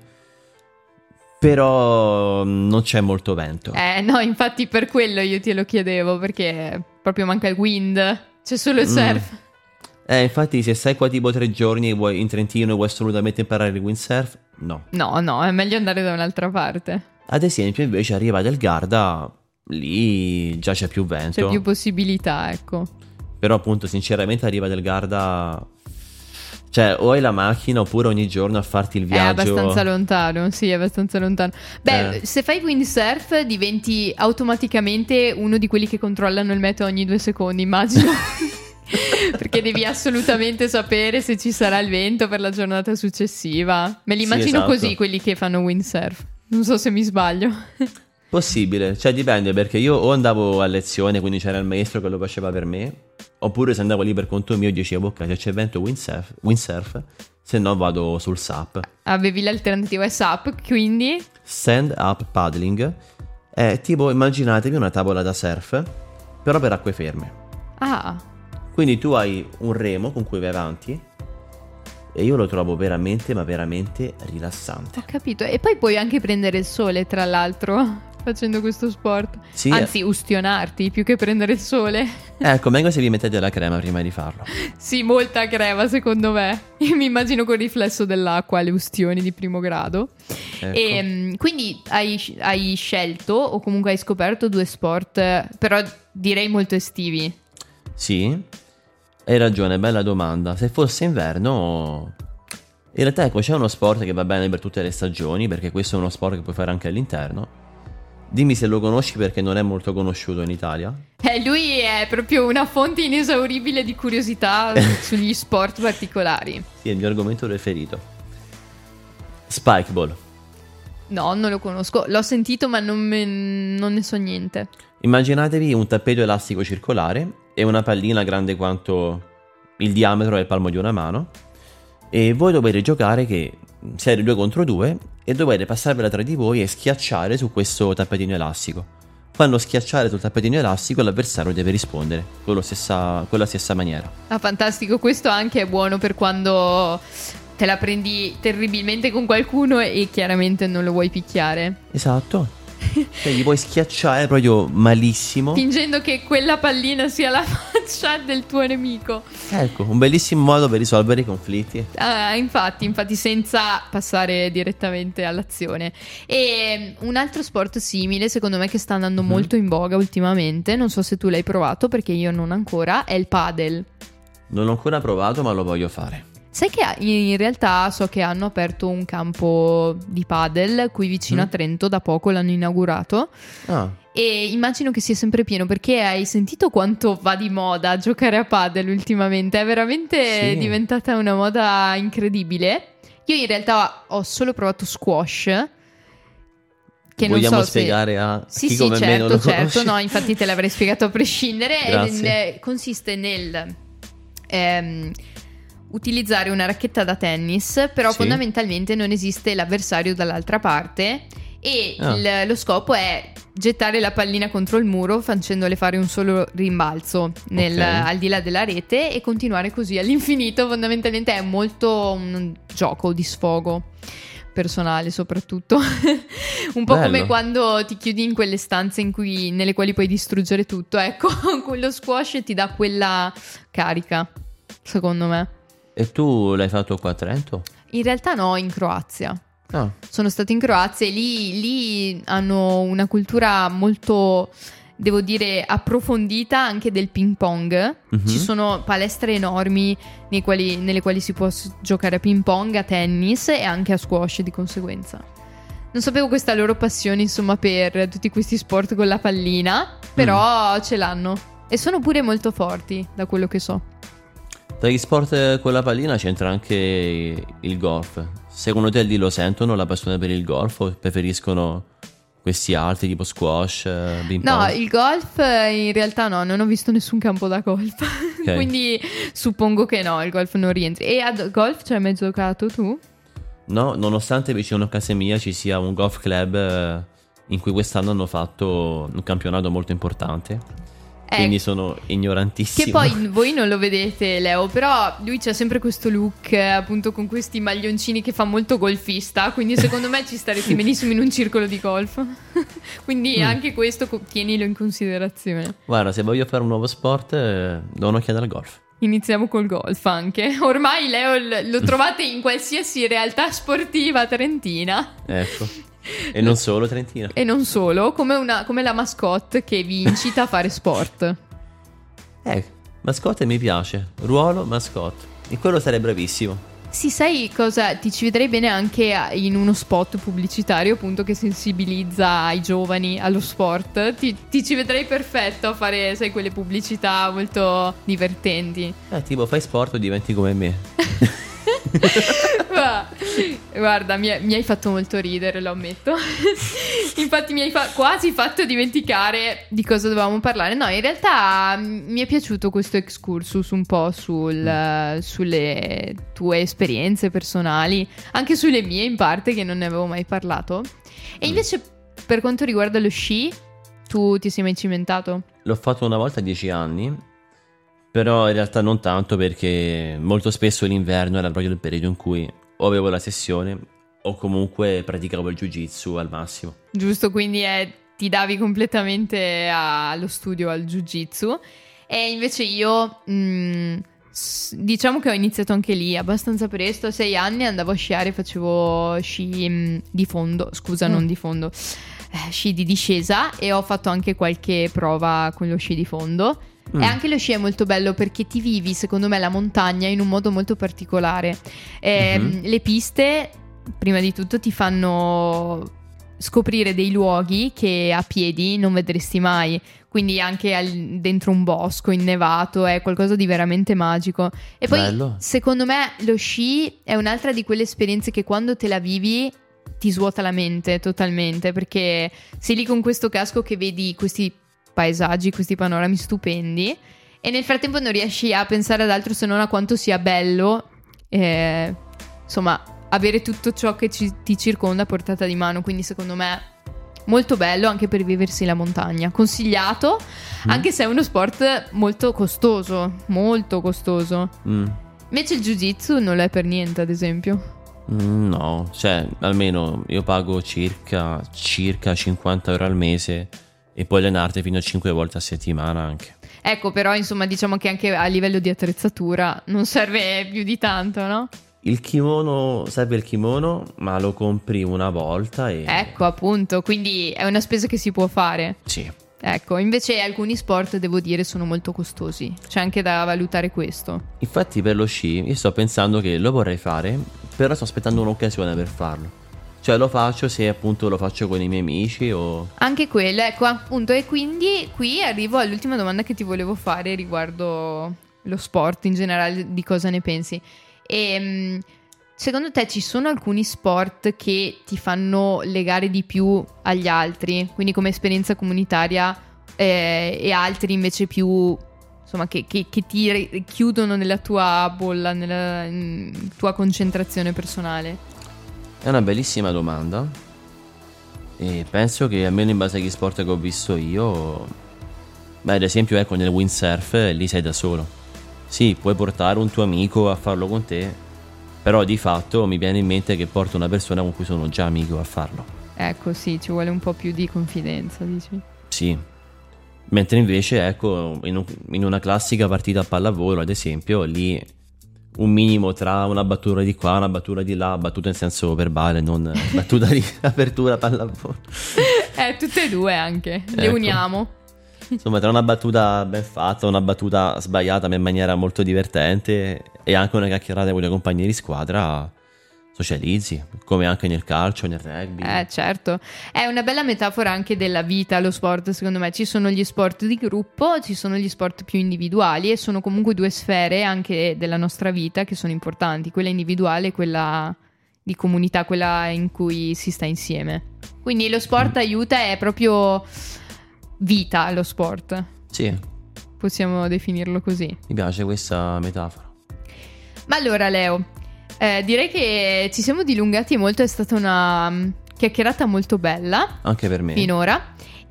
Però non c'è molto vento. No, infatti per quello io te lo chiedevo, perché proprio manca il wind, c'è solo il surf. Infatti se stai qua tipo 3 giorni in Trentino e vuoi assolutamente imparare il windsurf, no. No, è meglio andare da un'altra arriva Ad esempio invece a Riva del Garda, lì già c'è più vento. C'è più possibilità, ecco. Però appunto sinceramente a Riva del Garda, cioè o hai la macchina oppure ogni giorno a farti il viaggio. È abbastanza lontano, sì, è abbastanza lontano. Beh, se fai windsurf diventi automaticamente uno di quelli che controllano il meteo ogni 2 secondi, immagino. Perché devi assolutamente sapere se ci sarà il vento per la giornata successiva. Me li immagino esatto. Così quelli che fanno windsurf. Non so se mi sbaglio. Possibile, cioè dipende, perché io o andavo a lezione, quindi c'era il maestro che lo faceva per me, oppure se andavo lì per conto mio dicevo ok, se c'è vento windsurf, se no vado sul SUP. Avevi l'alternativa SUP, quindi? Stand up paddling. È tipo, immaginatevi una tavola da surf, però per acque ferme. Quindi tu hai un remo con cui vai avanti, e io lo trovo veramente, ma veramente rilassante. Ho capito, e poi puoi anche prendere il sole, tra l'altro, facendo questo sport. Sì, anzi, ustionarti più che prendere il sole. Ecco, meglio se vi mettete la crema prima di farlo. Sì, molta crema secondo me. Io mi immagino col riflesso dell'acqua le ustioni di primo grado. Ecco. E quindi hai scelto o comunque hai scoperto 2 sport, però direi molto estivi. Sì, hai ragione, bella domanda. Se fosse inverno, in realtà ecco, c'è uno sport che va bene per tutte le stagioni, perché questo è uno sport che puoi fare anche all'interno. Dimmi se lo conosci, perché non è molto conosciuto in Italia. Lui è proprio una fonte inesauribile di curiosità sugli sport particolari. Sì, è il mio argomento preferito. Spikeball. No, non lo conosco. L'ho sentito, ma non ne so niente. Immaginatevi un tappeto elastico circolare e una pallina grande quanto il diametro del palmo di una mano, e voi dovete giocare che siete 2 contro 2 e dovete passarvela tra di voi e schiacciare su questo tappetino elastico. Quando schiacciare sul tappetino elastico, l'avversario deve rispondere con la stessa maniera. Fantastico. Questo anche è buono per quando te la prendi terribilmente con qualcuno e chiaramente non lo vuoi picchiare. Esatto. Cioè gli puoi schiacciare proprio malissimo, fingendo che quella pallina sia la faccia del tuo nemico. Ecco, un bellissimo modo per risolvere i conflitti. Infatti senza passare direttamente all'azione. E un altro sport simile, secondo me, che sta andando molto in voga ultimamente, non so se tu l'hai provato perché io non ancora, è il padel. Non l'ho ancora provato, ma lo voglio fare. Sai che in realtà so che hanno aperto un campo di padel qui vicino a Trento, da poco l'hanno inaugurato. E immagino che sia sempre pieno, perché hai sentito quanto va di moda giocare a padel ultimamente? È veramente diventata una moda incredibile. Io in realtà ho solo provato squash, che vogliamo non so spiegare se... a sì, chi come me non lo conosce? No, infatti te l'avrei spiegato a prescindere. Grazie. Consiste nel... utilizzare una racchetta da tennis, però fondamentalmente non esiste l'avversario dall'altra parte e lo scopo è gettare la pallina contro il muro facendole fare un solo rimbalzo al di là della rete e continuare così all'infinito. Fondamentalmente è molto un gioco di sfogo. personale soprattutto. Un po' Bello. come quando ti chiudi in quelle stanze nelle quali puoi distruggere tutto. Ecco, quello squash ti dà quella carica, secondo me. E tu l'hai fatto qua a Trento? In realtà no, in Croazia. Ah, Sono stata in Croazia e lì hanno una cultura molto, devo dire, approfondita anche del ping pong. Mhm. Ci sono palestre enormi nelle quali si può giocare a ping pong, a tennis e anche a squash di conseguenza. Non sapevo questa loro passione, insomma, per tutti questi sport con la pallina, però ce l'hanno. E sono pure molto forti, da quello che so. tra gli sport con la pallina c'entra anche il golf. Secondo te lì lo sentono la passione per il golf o preferiscono questi altri tipo squash, ping No, pong? il golf in realtà no, non ho visto nessun campo da golf. Ok. Quindi suppongo che no, il golf non rientri. E a golf ci hai mai giocato tu? No, nonostante vicino a casa mia ci sia un golf club in cui quest'anno hanno fatto un campionato molto importante. Quindi sono ignorantissimo. Che poi voi non lo vedete, Leo, però lui c'ha sempre questo look, appunto, con questi maglioncini che fa molto golfista. Quindi secondo me ci staresti benissimo in un circolo di golf. Quindi anche questo tienilo in considerazione. Guarda, se voglio fare un nuovo sport, do un'occhiata al golf. Iniziamo col golf anche. Ormai Leo lo trovate in qualsiasi realtà sportiva trentina. Ecco. E non solo Trentina. E non solo, come la mascotte che vi incita a fare sport. Mascotte mi piace. Ruolo, mascotte. In quello sarei bravissimo. Sì, sai cosa? Ti ci vedrei bene anche in uno spot pubblicitario, appunto, che sensibilizza i giovani allo sport. Ti ci vedrei perfetto a fare, sai, quelle pubblicità molto divertenti. Tipo fai sport o diventi come me. Guarda, mi hai fatto molto ridere, lo ammetto. Infatti mi hai quasi fatto dimenticare di cosa dovevamo parlare. No, in realtà mi è piaciuto questo excursus un po' sulle tue esperienze personali, anche sulle mie in parte, che non ne avevo mai parlato. E invece per quanto riguarda lo sci, tu ti sei mai cimentato? L'ho fatto una volta a 10 anni. Però in realtà non tanto, perché molto spesso l'inverno era proprio il periodo in cui o avevo la sessione o comunque praticavo il jiu-jitsu al massimo. Giusto, quindi ti davi completamente allo studio, al jiu-jitsu. E invece io, diciamo che ho iniziato anche lì abbastanza presto, a 6 anni andavo a sciare, facevo sci di fondo, scusa, non di fondo, sci di discesa, e ho fatto anche qualche prova con lo sci di fondo. E anche lo sci è molto bello perché ti vivi, secondo me, la montagna in un modo molto particolare. Le piste, prima di tutto, ti fanno scoprire dei luoghi che a piedi non vedresti mai. Quindi anche dentro un bosco innevato è qualcosa di veramente magico. E poi, Bello. secondo me, lo sci è un'altra di quelle esperienze che quando te la vivi ti svuota la mente totalmente, perché sei lì con questo casco che vedi questi paesaggi, questi panorami stupendi, e nel frattempo non riesci a pensare ad altro se non a quanto sia bello, insomma, avere tutto ciò che ti circonda a portata di mano. Quindi secondo me molto bello anche per viversi la montagna, consigliato, anche se è uno sport molto costoso, molto costoso. Invece il jiu-jitsu non lo è per niente, ad esempio. No, cioè almeno io pago circa 50 euro al mese e puoi allenarti fino a 5 volte a settimana anche. Ecco, però insomma diciamo che anche a livello di attrezzatura non serve più di tanto, no? Il kimono, serve il kimono, ma lo compri una volta e... Ecco, appunto, quindi è una spesa che si può fare. Sì. Ecco, invece alcuni sport, devo dire, sono molto costosi. C'è anche da valutare questo. Infatti per lo sci io sto pensando che lo vorrei fare, però sto aspettando un'occasione per farlo. Cioè lo faccio se appunto lo faccio con i miei amici o... Anche quello, ecco, appunto. E quindi qui arrivo all'ultima domanda che ti volevo fare riguardo lo sport in generale, di cosa ne pensi. E secondo te ci sono alcuni sport che ti fanno legare di più agli altri, quindi come esperienza comunitaria, e altri invece più, insomma, che ti chiudono nella tua bolla, nella tua concentrazione personale? È una bellissima domanda e penso che almeno in base agli sport che ho visto io, ad esempio ecco nel windsurf lì sei da solo. Sì, puoi portare un tuo amico a farlo con te, Però di fatto mi viene in mente che porto una persona con cui sono già amico a farlo. Ecco, sì, ci vuole un po' più di confidenza, dici? Sì. Mentre invece, ecco, in una classica partita a pallavolo, ad esempio, lì un minimo tra una battuta di qua, una battuta di là, battuta in senso verbale, non battuta di apertura pallavolo. Tutte e due anche, le Ecco. uniamo. Insomma, tra una battuta ben fatta, una battuta sbagliata ma in maniera molto divertente e anche una chiacchierata con i compagni di squadra, socializzi, come anche nel calcio, nel rugby. Certo, è una bella metafora anche della vita, lo sport, secondo me. Ci sono gli sport di gruppo, ci sono gli sport più individuali e sono comunque due sfere anche della nostra vita che sono importanti, quella individuale e quella di comunità, quella in cui si sta insieme. Quindi lo sport aiuta, è proprio vita lo sport. Sì, Possiamo definirlo così. mi piace questa metafora. Ma allora Leo, direi che ci siamo dilungati molto, è stata una chiacchierata molto bella Anche per me. finora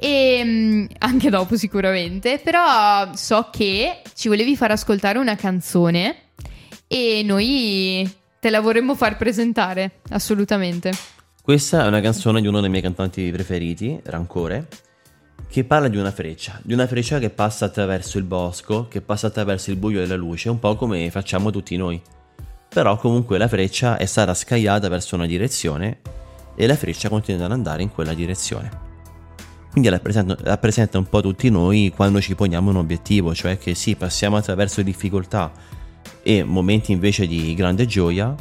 e anche dopo sicuramente, però so che ci volevi far ascoltare una canzone e noi te la vorremmo far presentare, assolutamente. Questa è una canzone di uno dei miei cantanti preferiti, Rancore, che parla di una freccia che passa attraverso il bosco, che passa attraverso il buio della luce, un po' come facciamo tutti noi. Però comunque la freccia è stata scagliata verso una direzione e la freccia continua ad andare in quella direzione. Quindi rappresenta un po' tutti noi quando ci poniamo un obiettivo, cioè che sì, passiamo attraverso difficoltà e momenti invece di grande gioia,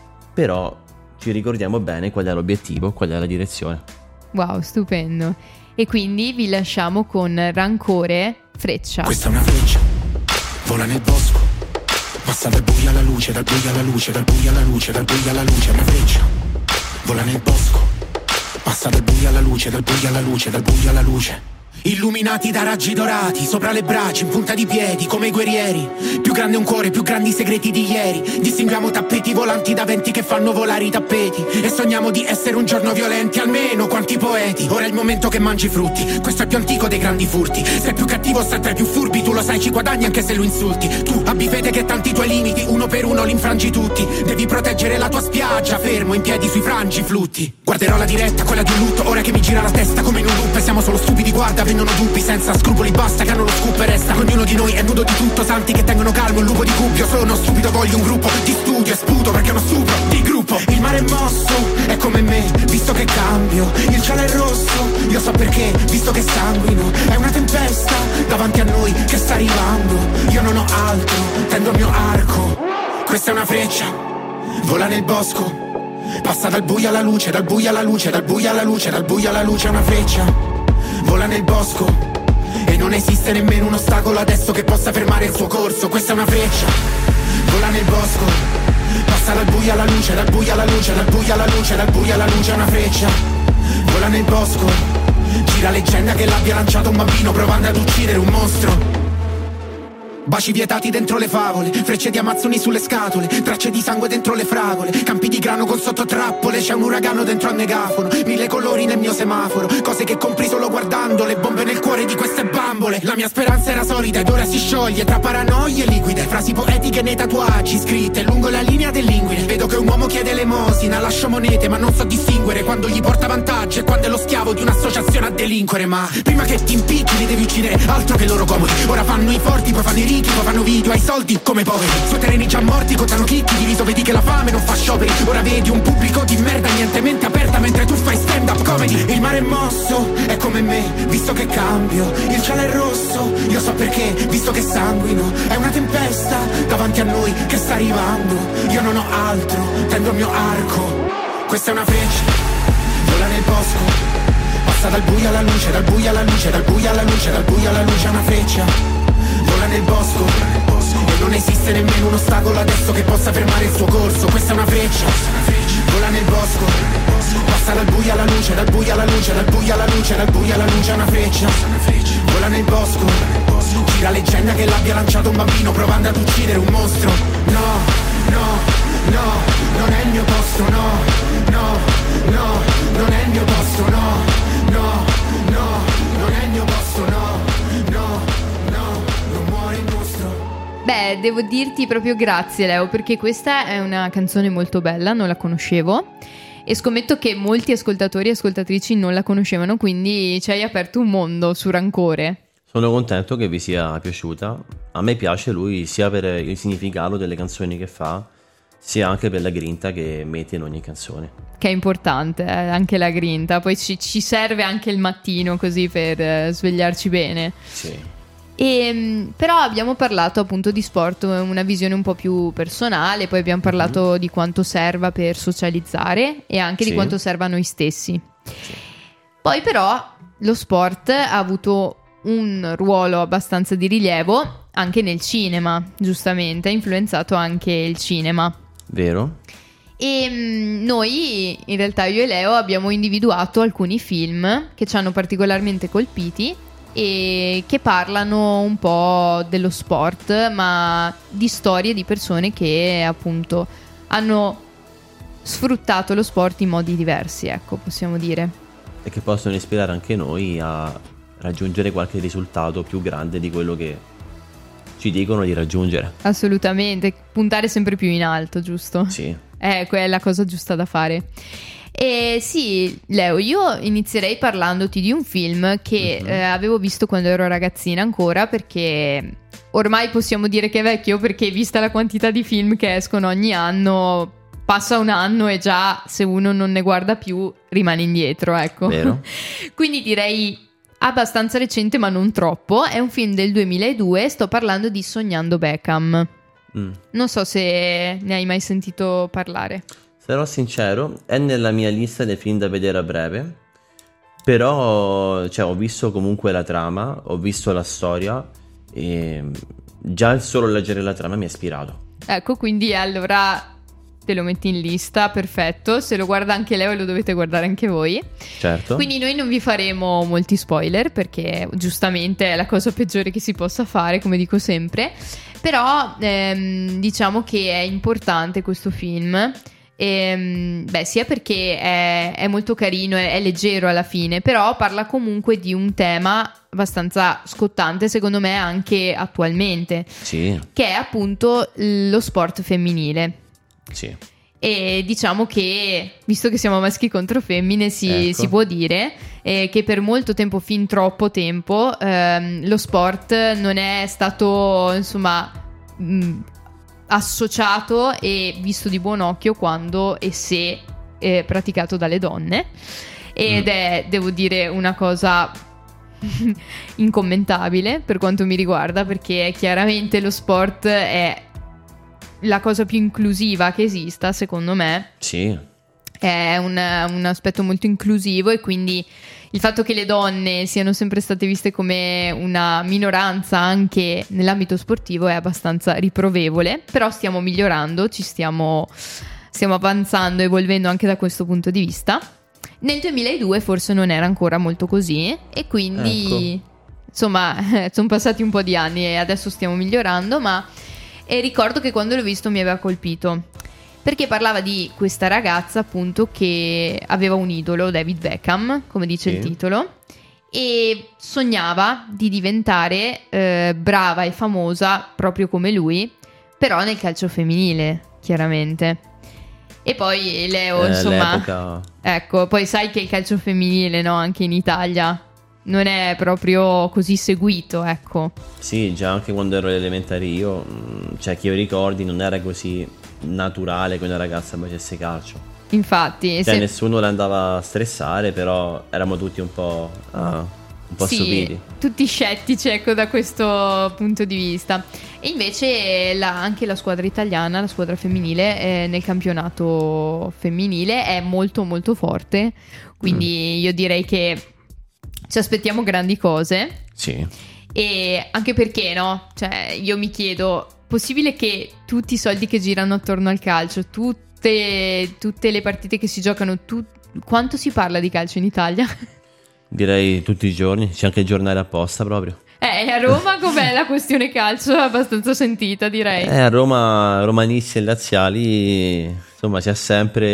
però ci ricordiamo bene qual è l'obiettivo, qual è la direzione. Wow, stupendo. E quindi vi lasciamo con Rancore, Freccia. Questa è una freccia, vola nel bosco, passa dal buio alla luce, dal buio alla luce, dal buio alla luce, dal buio alla luce. È una freccia, vola nel bosco, passa dal buio alla luce, dal buio alla luce, dal buio alla luce. Illuminati da raggi dorati, sopra le braccia, in punta di piedi, come i guerrieri. Più grande un cuore, più grandi i segreti di ieri. Distinguiamo tappeti volanti da venti che fanno volare i tappeti. E sogniamo di essere un giorno violenti, almeno quanti poeti. Ora è il momento che mangi frutti, questo è più antico dei grandi furti. Sei più cattivo, stai tra i più furbi, tu lo sai, ci guadagni anche se lo insulti. Tu abbi fede che tanti tuoi limiti, uno per uno li infrangi tutti. Devi proteggere la tua spiaggia, fermo in piedi sui frangi flutti. Guarderò la diretta, quella di un lutto, ora che mi gira la testa come in un loop. Siamo solo stupidi, guarda, vengono dubbi senza scrupoli, basta che hanno lo scoop e resta. Ognuno di noi è nudo di tutto, santi che tengono calmo un lupo di cubbio. Sono stupido, voglio un gruppo di studio e sputo perché è uno stupro di gruppo. Il mare è mosso, è come me, visto che cambio. Il cielo è rosso, io so perché, visto che sanguino. È una tempesta davanti a noi che sta arrivando. Io non ho altro, tendo il mio arco. Questa è una freccia, vola nel bosco, passa dal buio alla luce, dal buio alla luce, dal buio alla luce, dal buio alla luce. È una freccia, vola nel bosco e non esiste nemmeno un ostacolo adesso che possa fermare il suo corso. Questa è una freccia, vola nel bosco, passa dal buio alla luce, dal buio alla luce, dal buio alla luce, dal buio alla luce. È una freccia, vola nel bosco, gira leggenda che l'abbia lanciato un bambino provando ad uccidere un mostro. Baci vietati dentro le favole, frecce di amazzoni sulle scatole, tracce di sangue dentro le fragole, campi di grano con sotto trappole, c'è un uragano dentro al megafono, 1000 colori nel mio semaforo, cose che compri solo guardando, le bombe nel cuore di queste bambole. La mia speranza era solida ed ora si scioglie tra paranoie liquide, frasi poetiche nei tatuaggi scritte lungo la linea dell'inguine. Vedo che un uomo chiede l'emosina, lascio monete ma non so distinguere quando gli porta vantaggio e quando è lo schiavo di un'associazione a delinquere. Ma prima che ti impicchi li devi uccidere, altro che loro comodi. Ora fanno i forti, poi fanno i ricchi, poi fanno video ai soldi come poveri. Sui terreni già morti, contano chicchi, diviso vedi che la fame non fa scioperi. Ora vedi un pubblico di merda, niente mente aperta mentre tu fai stand up comedy. Il mare è mosso, è come me, visto che cambio. Il cielo è rosso, io so perché, visto che sanguino. È una tempesta davanti a noi che sta arrivando. Io non ho altro, tendo il mio arco. Questa è una freccia, vola nel bosco, passa dal buio alla luce, dal buio alla luce, dal buio alla luce, dal buio alla luce. È una freccia, vola nel bosco e non esiste nemmeno un ostacolo adesso che possa fermare il suo corso. Questa è una freccia, vola nel bosco, passa dal buio alla luce, dal buio alla luce, dal buio alla luce, dal buio alla luce. È una freccia, vola nel bosco, gira leggenda che l'abbia lanciato un bambino provando ad uccidere un mostro. No, no, no, non è il mio posto, no, no, no, non è il mio posto, no, no, no, non è il mio posto, no, no. Beh, devo dirti proprio grazie, Leo, perché questa è una canzone molto bella, non la conoscevo e scommetto che molti ascoltatori e ascoltatrici non la conoscevano, quindi ci hai aperto un mondo su Rancore. Sono contento che vi sia piaciuta. A me piace lui sia per il significato delle canzoni che fa, sia anche per la grinta che mette in ogni canzone. Che è importante, anche la grinta. Poi ci serve anche il mattino così per svegliarci bene. Sì. Però abbiamo parlato appunto di sport, una visione un po' più personale, poi abbiamo parlato di quanto serva per socializzare e anche di quanto serva a noi stessi. Poi però lo sport ha avuto un ruolo abbastanza di rilievo anche nel cinema, giustamente, ha influenzato anche il cinema. Vero? E noi, in realtà io e Leo, abbiamo individuato alcuni film che ci hanno particolarmente colpiti e che parlano un po' dello sport, ma di storie di persone che appunto hanno sfruttato lo sport in modi diversi, ecco, possiamo dire. E che possono ispirare anche noi a raggiungere qualche risultato più grande di quello che ci dicono di raggiungere. Assolutamente, puntare sempre più in alto, giusto? Sì. Quella è la cosa giusta da fare. E sì, Leo, io inizierei parlandoti di un film che avevo visto quando ero ragazzina ancora, perché ormai possiamo dire che è vecchio, perché vista la quantità di film che escono ogni anno, passa un anno e già se uno non ne guarda più rimane indietro, ecco. Vero. Quindi direi abbastanza recente ma non troppo. È un film del 2002, sto parlando di Sognando Beckham. Non so se ne hai mai sentito parlare. Sarò sincero, è nella mia lista dei film da vedere a breve, però ho visto comunque la trama, ho visto la storia e già il solo leggere la trama mi ha ispirato. Ecco, quindi allora te lo metti in lista, perfetto. Se lo guarda anche Leo lo dovete guardare anche voi. Certo. Quindi noi non vi faremo molti spoiler, perché giustamente è la cosa peggiore che si possa fare, come dico sempre. Però diciamo che è importante questo film, sia perché è molto carino, è leggero alla fine, però parla comunque di un tema abbastanza scottante secondo me anche attualmente, sì, che è appunto lo sport femminile. Sì. E diciamo che, visto che siamo maschi contro femmine, si può dire che per molto tempo, fin troppo tempo, lo sport non è stato, insomma, associato e visto di buon occhio quando e se praticato dalle donne. Ed è, devo dire, una cosa incommentabile per quanto mi riguarda, perché chiaramente lo sport è la cosa più inclusiva che esista, secondo me. Sì. È un aspetto molto inclusivo, e quindi il fatto che le donne siano sempre state viste come una minoranza anche nell'ambito sportivo è abbastanza riprovevole, però stiamo migliorando, stiamo avanzando, evolvendo anche da questo punto di vista. Nel 2002 forse non era ancora molto così, e quindi insomma sono passati un po' di anni e adesso stiamo migliorando, ma ricordo che quando l'ho visto mi aveva colpito, perché parlava di questa ragazza appunto che aveva un idolo, David Beckham, come dice il titolo, e sognava di diventare brava e famosa proprio come lui, però nel calcio femminile, chiaramente. E poi Leo, insomma, l'epoca... ecco, poi sai che il calcio femminile, no, anche in Italia non è proprio così seguito, ecco. Sì, già anche quando ero alle elementari io, che io ricordi, non era così naturale che una ragazza facesse calcio. Infatti, nessuno la andava a stressare, però eravamo tutti un po' stupiti. Tutti scettici, ecco, da questo punto di vista. E invece anche la squadra italiana, la squadra femminile, nel campionato femminile è molto molto forte, quindi io direi che ci aspettiamo grandi cose. Sì. E anche perché, no? Cioè, io mi chiedo, possibile che tutti i soldi che girano attorno al calcio, tutte le partite che si giocano, quanto si parla di calcio in Italia? Direi tutti i giorni, c'è anche il giornale apposta proprio. A Roma com'è la questione calcio? È abbastanza sentita, direi. A Roma, romanisti e laziali, insomma, c'è sempre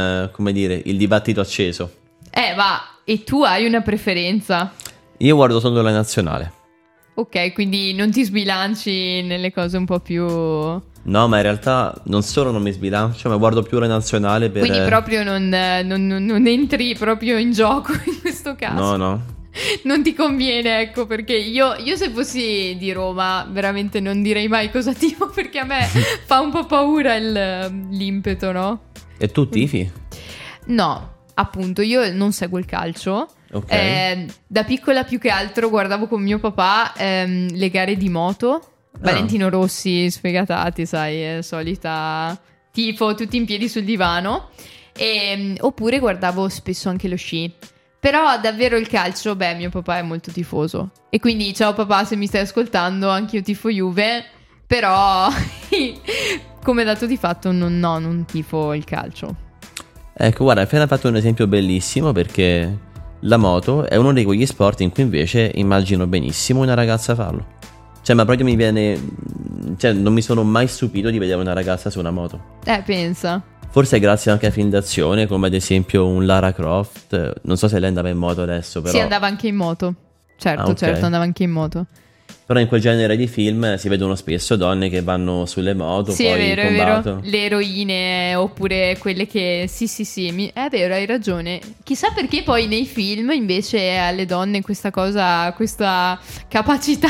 il dibattito acceso. E tu hai una preferenza? Io guardo solo la nazionale. Ok, quindi non ti sbilanci nelle cose un po' più... No, ma in realtà non solo non mi sbilancio, ma guardo più la nazionale per... Quindi proprio non entri proprio in gioco in questo caso. No. Non ti conviene, ecco, perché io se fossi di Roma veramente non direi mai cosa tifo, perché a me fa un po' paura l'impeto, no? E tu tifi? No, appunto, io non seguo il calcio. Ok. Da piccola più che altro guardavo con mio papà le gare di moto. Valentino Rossi, sfegatati, sai, solita tifo, tutti in piedi sul divano. Oppure guardavo spesso anche lo sci. Però davvero il calcio, mio papà è molto tifoso. E quindi ciao papà, se mi stai ascoltando, anch'io tifo Juve. Però come dato di fatto non tifo il calcio. Ecco, guarda, hai appena fatto un esempio bellissimo, perché la moto è uno di quegli sport in cui invece immagino benissimo una ragazza farlo. Cioè, ma proprio mi viene... Cioè, non mi sono mai stupito di vedere una ragazza su una moto. Pensa. Forse grazie anche a film d'azione, come ad esempio un Lara Croft. Non so se lei andava in moto adesso, però... Sì, andava anche in moto. Certo, ok. certo, andava anche in moto. Però in quel genere di film si vedono spesso donne che vanno sulle moto, Sì, poi è vero. combattono. Le eroine, oppure quelle che... Sì, è vero, hai ragione. Chissà perché poi nei film invece alle donne questa cosa, questa capacità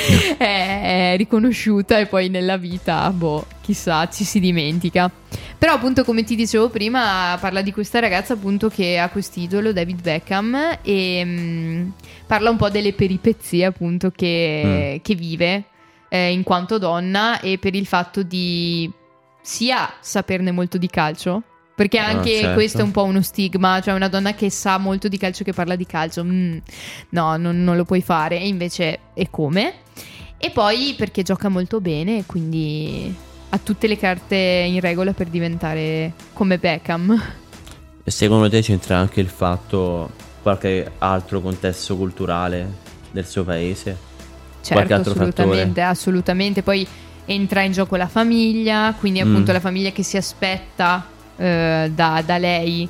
è riconosciuta, e poi nella vita, chissà, ci si dimentica. Però appunto, come ti dicevo prima, parla di questa ragazza appunto che ha quest'idolo, David Beckham, e parla un po' delle peripezie appunto che vive in quanto donna, e per il fatto di sia saperne molto di calcio, perché anche certo. questo è un po' uno stigma, cioè una donna che sa molto di calcio, che parla di calcio, no, non lo puoi fare, e invece è come. E poi perché gioca molto bene, quindi ha tutte le carte in regola per diventare come Beckham. E secondo te c'entra anche il fatto, qualche altro contesto culturale del suo paese? Qualche Certo, altro fattore? assolutamente. Poi entra in gioco la famiglia, quindi appunto la famiglia che si aspetta da lei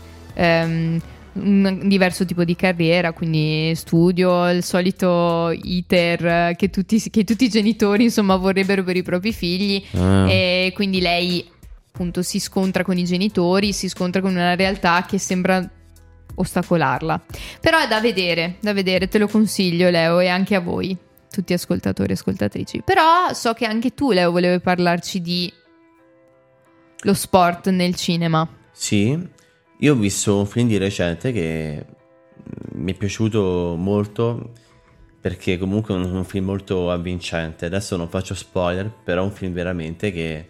un diverso tipo di carriera, quindi studio, il solito iter che tutti i genitori insomma vorrebbero per i propri figli. E quindi lei appunto si scontra con i genitori, si scontra con una realtà che sembra ostacolarla. Però è da vedere, te lo consiglio, Leo, e anche a voi, tutti ascoltatori e ascoltatrici. Però so che anche tu, Leo, volevi parlarci di lo sport nel cinema. Sì, io ho visto un film di recente che mi è piaciuto molto, perché comunque è un film molto avvincente. Adesso non faccio spoiler, però è un film veramente che...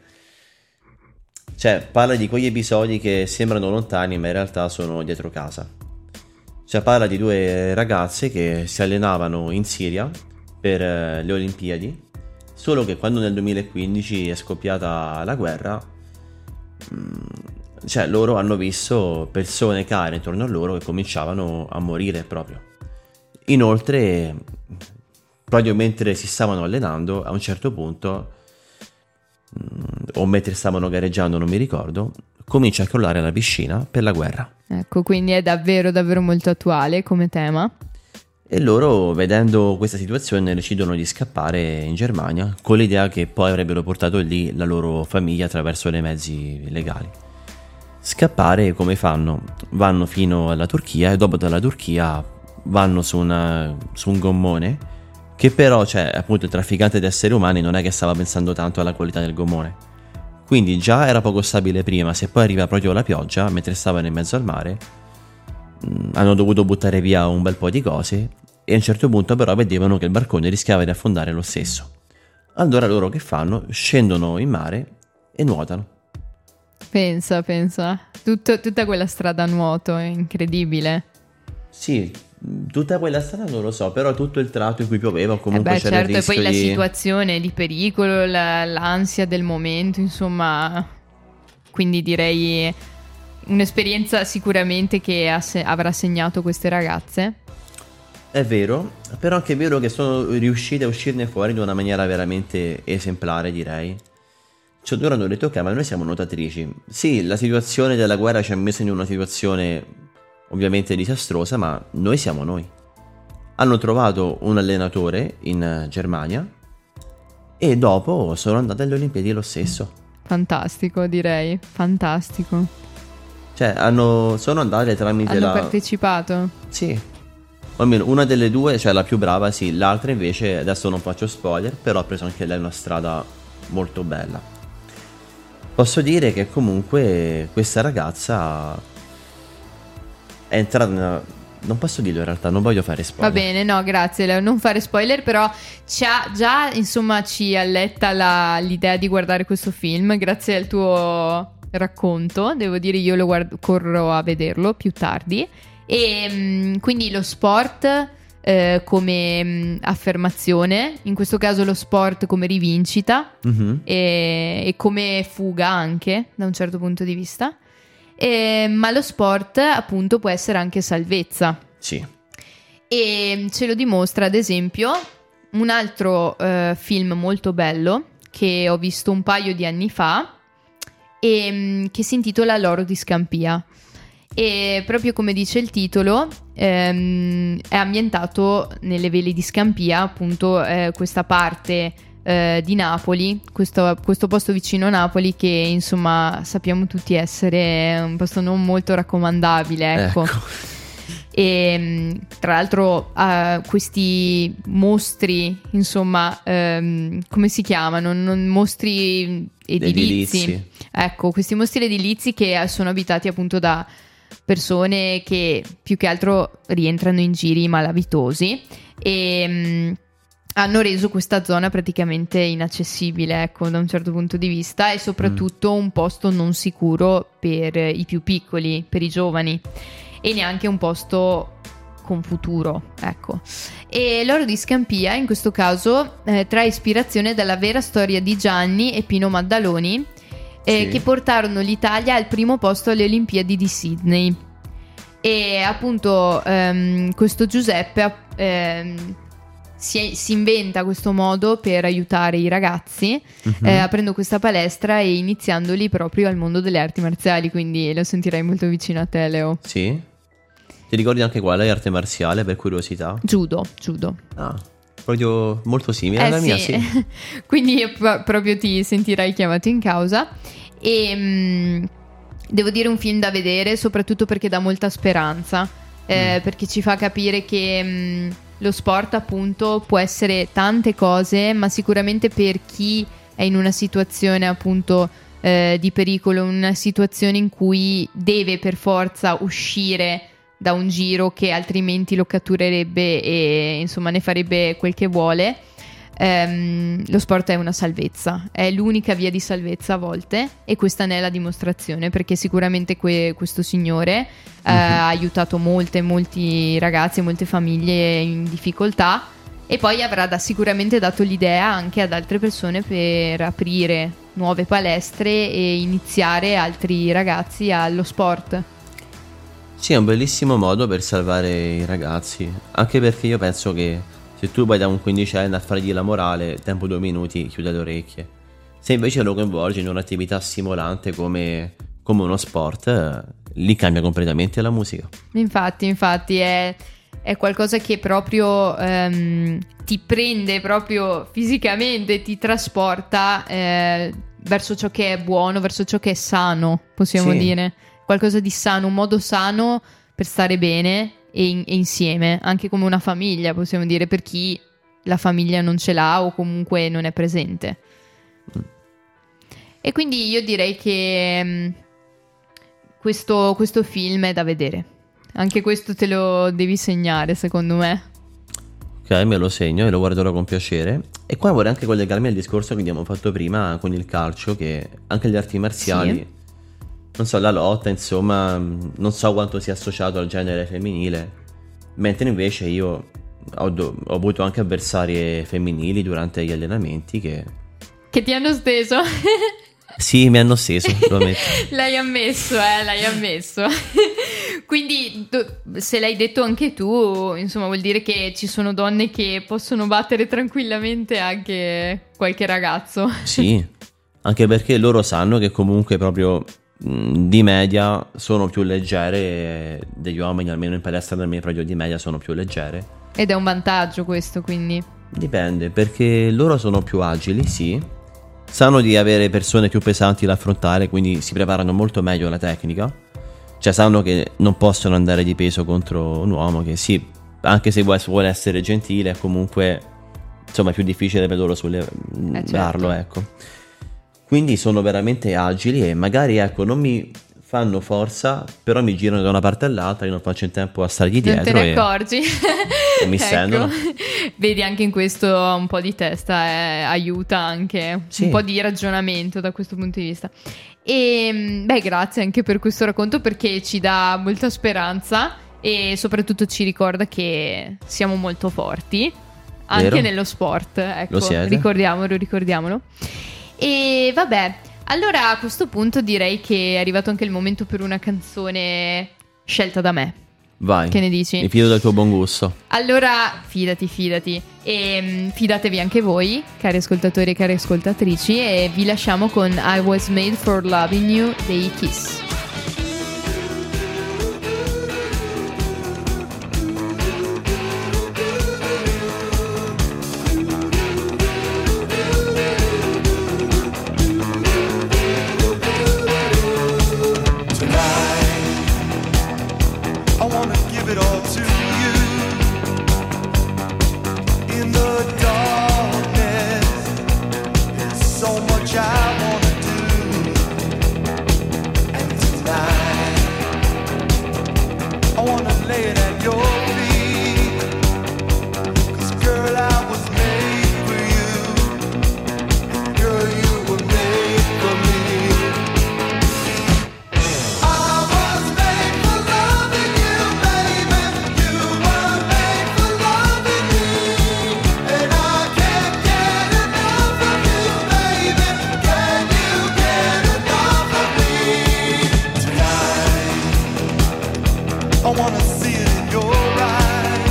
Cioè, parla di quegli episodi che sembrano lontani, ma in realtà sono dietro casa. Cioè, parla di due ragazze che si allenavano in Siria per le Olimpiadi, solo che quando nel 2015 è scoppiata la guerra, cioè loro hanno visto persone care intorno a loro che cominciavano a morire proprio. Inoltre, proprio mentre si stavano allenando, a un certo punto, o mentre stavano gareggiando, non mi ricordo, comincia a crollare la piscina per la guerra. Ecco, quindi è davvero davvero molto attuale come tema. E loro, vedendo questa situazione, decidono di scappare in Germania, con l'idea che poi avrebbero portato lì la loro famiglia attraverso dei mezzi legali. Scappare, come fanno? Vanno fino alla Turchia, e dopo dalla Turchia vanno su un gommone, che però, cioè, appunto, il trafficante di esseri umani non è che stava pensando tanto alla qualità del gommone. Quindi già era poco stabile prima, se poi arriva proprio la pioggia, mentre stavano in mezzo al mare, hanno dovuto buttare via un bel po' di cose, e a un certo punto però vedevano che il barcone rischiava di affondare lo stesso. Allora loro che fanno? Scendono in mare e nuotano. Pensa, tutta quella strada a nuoto, è incredibile. Sì, tutta quella strada non lo so, però tutto il tratto in cui pioveva o comunque c'era certo, il rischio e poi la di... situazione di pericolo, l'ansia del momento, insomma, quindi direi un'esperienza sicuramente che avrà segnato queste ragazze. È vero, però anche è vero che sono riuscite a uscirne fuori in una maniera veramente esemplare, direi. Cioè, loro hanno detto: ok, ma noi siamo nuotatrici. Sì, la situazione della guerra ci ha messo in una situazione ovviamente disastrosa, ma noi siamo noi. hanno trovato un allenatore in Germania e dopo sono andate alle Olimpiadi lo stesso. Fantastico, direi, fantastico. Cioè, sono andate tramite Hanno partecipato? Sì. O almeno una delle due, cioè la più brava, sì. L'altra invece, adesso non faccio spoiler, però ha preso anche lei una strada molto bella. Posso dire che comunque questa ragazza è entrata non posso dirlo in realtà, non voglio fare spoiler. Va bene, no, grazie Leo, non fare spoiler, però già insomma ci alletta l'idea di guardare questo film grazie al tuo racconto. Devo dire, io corro a vederlo più tardi. E quindi lo sport come affermazione, in questo caso lo sport come rivincita, e come fuga anche da un certo punto di vista, ma lo sport appunto può essere anche salvezza. Sì. E ce lo dimostra ad esempio un altro film molto bello che ho visto un paio di anni fa e che si intitola L'oro di Scampia. E proprio come dice il titolo, è ambientato nelle vele di Scampia, appunto questa parte di Napoli, questo posto vicino a Napoli che insomma sappiamo tutti essere un posto non molto raccomandabile, ecco. E tra l'altro questi mostri, insomma, come si chiamano? Mostri edilizi. Ecco, questi mostri edilizi che sono abitati appunto da persone che più che altro rientrano in giri malavitosi e hanno reso questa zona praticamente inaccessibile, ecco, da un certo punto di vista, e soprattutto un posto non sicuro per i più piccoli, per i giovani, e neanche un posto con futuro, ecco. E l'oro di Scampia in questo caso trae ispirazione dalla vera storia di Gianni e Pino Maddaloni, sì, che portarono l'Italia al primo posto alle Olimpiadi di Sydney. E appunto questo Giuseppe si inventa questo modo per aiutare i ragazzi, aprendo questa palestra e iniziandoli proprio al mondo delle arti marziali, quindi lo sentirei molto vicino a te, Leo. Sì? Ti ricordi anche quale arte marziale, per curiosità? Judo. Ah, proprio molto simile alla mia, sì. Quindi proprio ti sentirai chiamato in causa. E devo dire un film da vedere, soprattutto perché dà molta speranza, perché ci fa capire che lo sport appunto può essere tante cose, ma sicuramente per chi è in una situazione appunto di pericolo, una situazione in cui deve per forza uscire da un giro che altrimenti lo catturerebbe e insomma ne farebbe quel che vuole, lo sport è una salvezza, è l'unica via di salvezza a volte, e questa ne è la dimostrazione, perché sicuramente questo signore ha aiutato molti ragazzi e molte famiglie in difficoltà, e poi avrà sicuramente dato l'idea anche ad altre persone per aprire nuove palestre e iniziare altri ragazzi allo sport. Sì, è un bellissimo modo per salvare i ragazzi, anche perché io penso che se tu vai da un quindicenne a fargli la morale, tempo 2 minuti, chiude le orecchie. Se invece lo coinvolgi in un'attività stimolante come uno sport, lì cambia completamente la musica. Infatti è qualcosa che proprio ti prende proprio fisicamente, ti trasporta verso ciò che è buono, verso ciò che è sano, possiamo dire. Qualcosa di sano, un modo sano per stare bene e insieme, anche come una famiglia, possiamo dire, per chi la famiglia non ce l'ha o comunque non è presente. E quindi io direi che questo film è da vedere. Anche questo te lo devi segnare, secondo me. Ok, me lo segno e lo guarderò con piacere. E qua vorrei anche collegarmi al discorso che abbiamo fatto prima con il calcio, che anche le arti marziali, non so, la lotta, insomma, non so quanto sia associato al genere femminile, mentre invece io ho avuto anche avversarie femminili durante gli allenamenti che ti hanno steso. Sì, mi hanno steso, lo ammetto. L'hai ammesso. Quindi se l'hai detto anche tu, insomma, vuol dire che ci sono donne che possono battere tranquillamente anche qualche ragazzo. Sì, anche perché loro sanno che comunque proprio di media sono più leggere degli uomini, almeno in palestra da me proprio di media sono più leggere, Ed è un vantaggio questo, quindi. Dipende, perché loro sono più agili, sì. Sanno di avere persone più pesanti da affrontare, quindi si preparano molto meglio alla tecnica. Cioè sanno che non possono andare di peso contro un uomo che sì, anche se vuole essere gentile, è comunque insomma più difficile per loro sollevarlo, certo. ecco. Quindi sono veramente agili e magari ecco non mi fanno forza, però mi girano da una parte all'altra, io non faccio in tempo a stargli Non dietro te ne accorgi. e mi stendono. Vedi, anche in questo un po' di testa aiuta anche, Sì. un po' di ragionamento da questo punto di vista. E beh, grazie anche per questo racconto, perché ci dà molta speranza e soprattutto ci ricorda che siamo molto forti anche Vero. nello sport, ecco, Lo siete. ricordiamolo. E vabbè, allora a questo punto direi che è arrivato anche il momento per una canzone scelta da me. Vai. Che ne dici? Mi fido del tuo buon gusto. Allora, fidati. E fidatevi anche voi, cari ascoltatori e cari ascoltatrici, e vi lasciamo con I Was Made for Loving You dei Kiss. I wanna give it all to you. In the darkness, there's so much I wanna do. And tonight, I wanna lay it at your feet. 'Cause girl, I was made for you. And girl, you were made for me. I was made for loving you, baby. You were made for loving me, and I can't get enough of you, baby. Can you get enough of me tonight? I wanna see it in your eyes,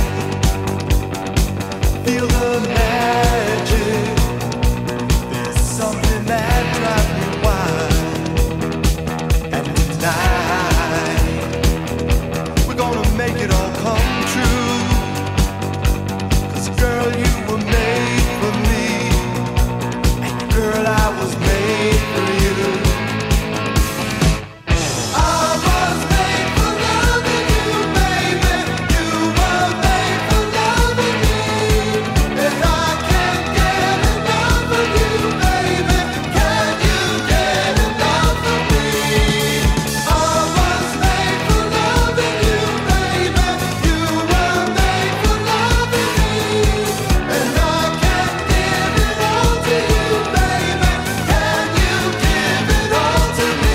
feel the magic. There's something that drives me wild. And tonight, we're gonna make it all come true. 'Cause girl, you were made for me. And girl, I was made for you. I was made for loving you, baby. You were made for loving me. And I can't get enough of you, baby. Can you get enough of me? I was made for loving you, baby. You were made for loving me. And I can't give it all to you, baby. Can you give it all to me?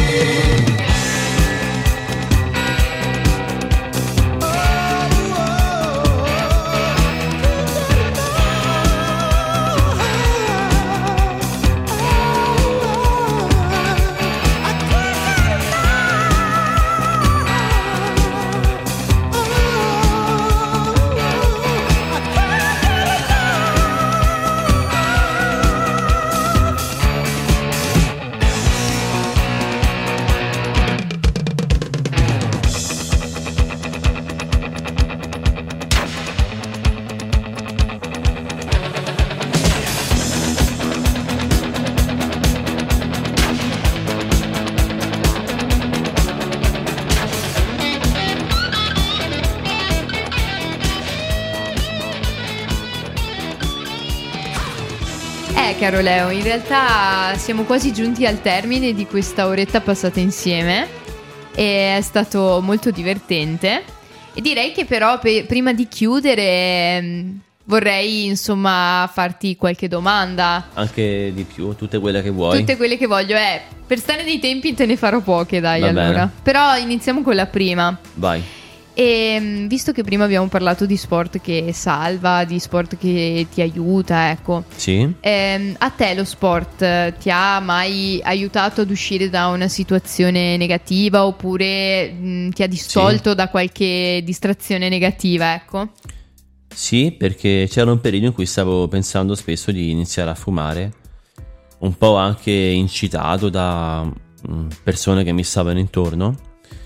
Caro Leo, in realtà siamo quasi giunti al termine di questa oretta passata insieme e è stato molto divertente. E direi che però prima di chiudere vorrei insomma farti qualche domanda. Anche di più, tutte quelle che vuoi. Tutte quelle che voglio, per stare nei tempi te ne farò poche, dai. Va allora bene. Però iniziamo con la prima. Vai. E visto che prima abbiamo parlato di sport che salva, di sport che ti aiuta, ecco, Sì. a te lo sport ti ha mai aiutato ad uscire da una situazione negativa oppure ti ha distolto da qualche distrazione negativa, ecco? Sì, perché c'era un periodo in cui stavo pensando spesso di iniziare a fumare, un po' anche incitato da persone che mi stavano intorno.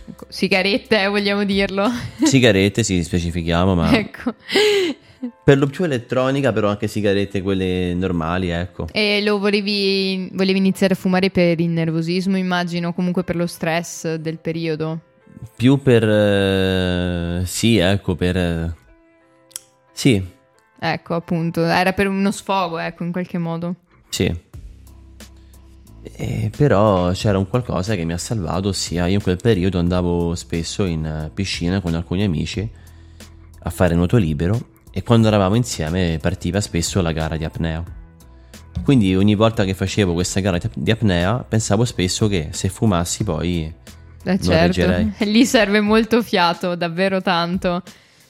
Sigarette, vogliamo dirlo? Sigarette, sì, specifichiamo, ma Ecco. per lo più elettronica, però anche sigarette quelle normali, ecco. E volevi iniziare a fumare per il nervosismo, immagino, comunque per lo stress del periodo. Più per sì, ecco, per sì, Ecco, appunto, era per uno sfogo, ecco, in qualche modo. sì. Però c'era un qualcosa che mi ha salvato, ossia io in quel periodo andavo spesso in piscina con alcuni amici a fare nuoto libero e quando eravamo insieme partiva spesso la gara di apnea. Quindi ogni volta che facevo questa gara di apnea pensavo spesso che se fumassi poi non Certo, reggerei. lì serve molto fiato, davvero tanto.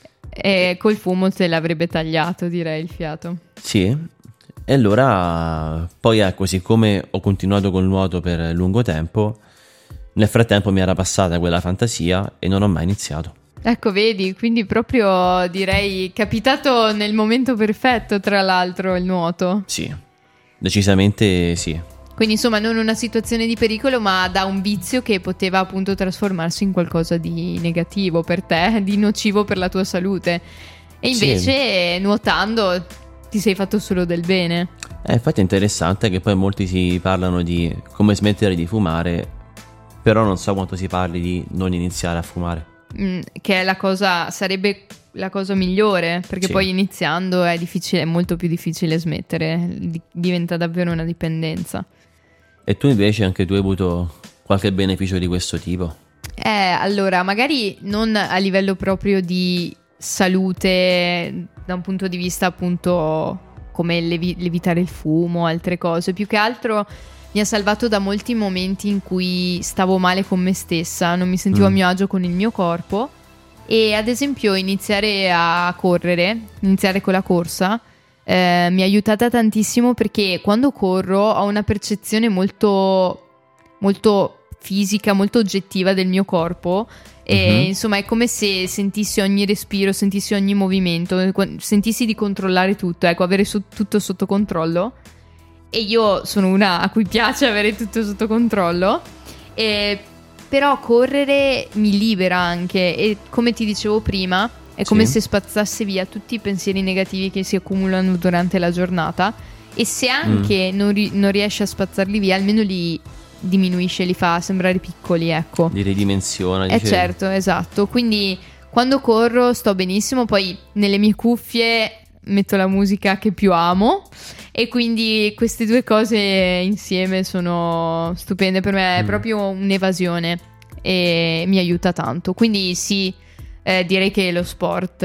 E col fumo te l'avrebbe tagliato, direi, il fiato. Sì, e allora poi ecco, siccome ho continuato col nuoto per lungo tempo, nel frattempo mi era passata quella fantasia e non ho mai iniziato. Ecco, vedi, quindi proprio direi capitato nel momento perfetto, tra l'altro, il nuoto. Sì, decisamente sì. Quindi insomma non una situazione di pericolo, ma da un vizio che poteva appunto trasformarsi in qualcosa di negativo per te, di nocivo per la tua salute. E Sì. invece nuotando ti sei fatto solo del bene. Infatti è interessante che poi molti si parlano di come smettere di fumare, però non so quanto si parli di non iniziare a fumare. Che è la cosa, sarebbe la cosa migliore, perché Sì. poi iniziando è difficile, è molto più difficile smettere, diventa davvero una dipendenza. E tu invece anche tu hai avuto qualche beneficio di questo tipo? Allora, magari non a livello proprio di salute, da un punto di vista appunto come l'evitare il fumo, altre cose, più che altro mi ha salvato da molti momenti in cui stavo male con me stessa, non mi sentivo a mio agio con il mio corpo e ad esempio iniziare a correre, iniziare con la corsa mi ha aiutata tantissimo perché quando corro ho una percezione molto, molto fisica, molto oggettiva del mio corpo e insomma è come se sentissi ogni respiro, sentissi ogni movimento, sentissi di controllare tutto, ecco, avere tutto sotto controllo. E io sono una a cui piace avere tutto sotto controllo, però correre mi libera anche e come ti dicevo prima è come Sì. se spazzasse via tutti i pensieri negativi che si accumulano durante la giornata e se anche non riesci a spazzarli via almeno li diminuisce, li fa sembrare piccoli, ecco. Li ridimensiona, dicevi? Certo, esatto, quindi quando corro sto benissimo, poi nelle mie cuffie metto la musica che più amo e quindi queste due cose insieme sono stupende, per me è proprio un'evasione e mi aiuta tanto, quindi sì, direi che lo sport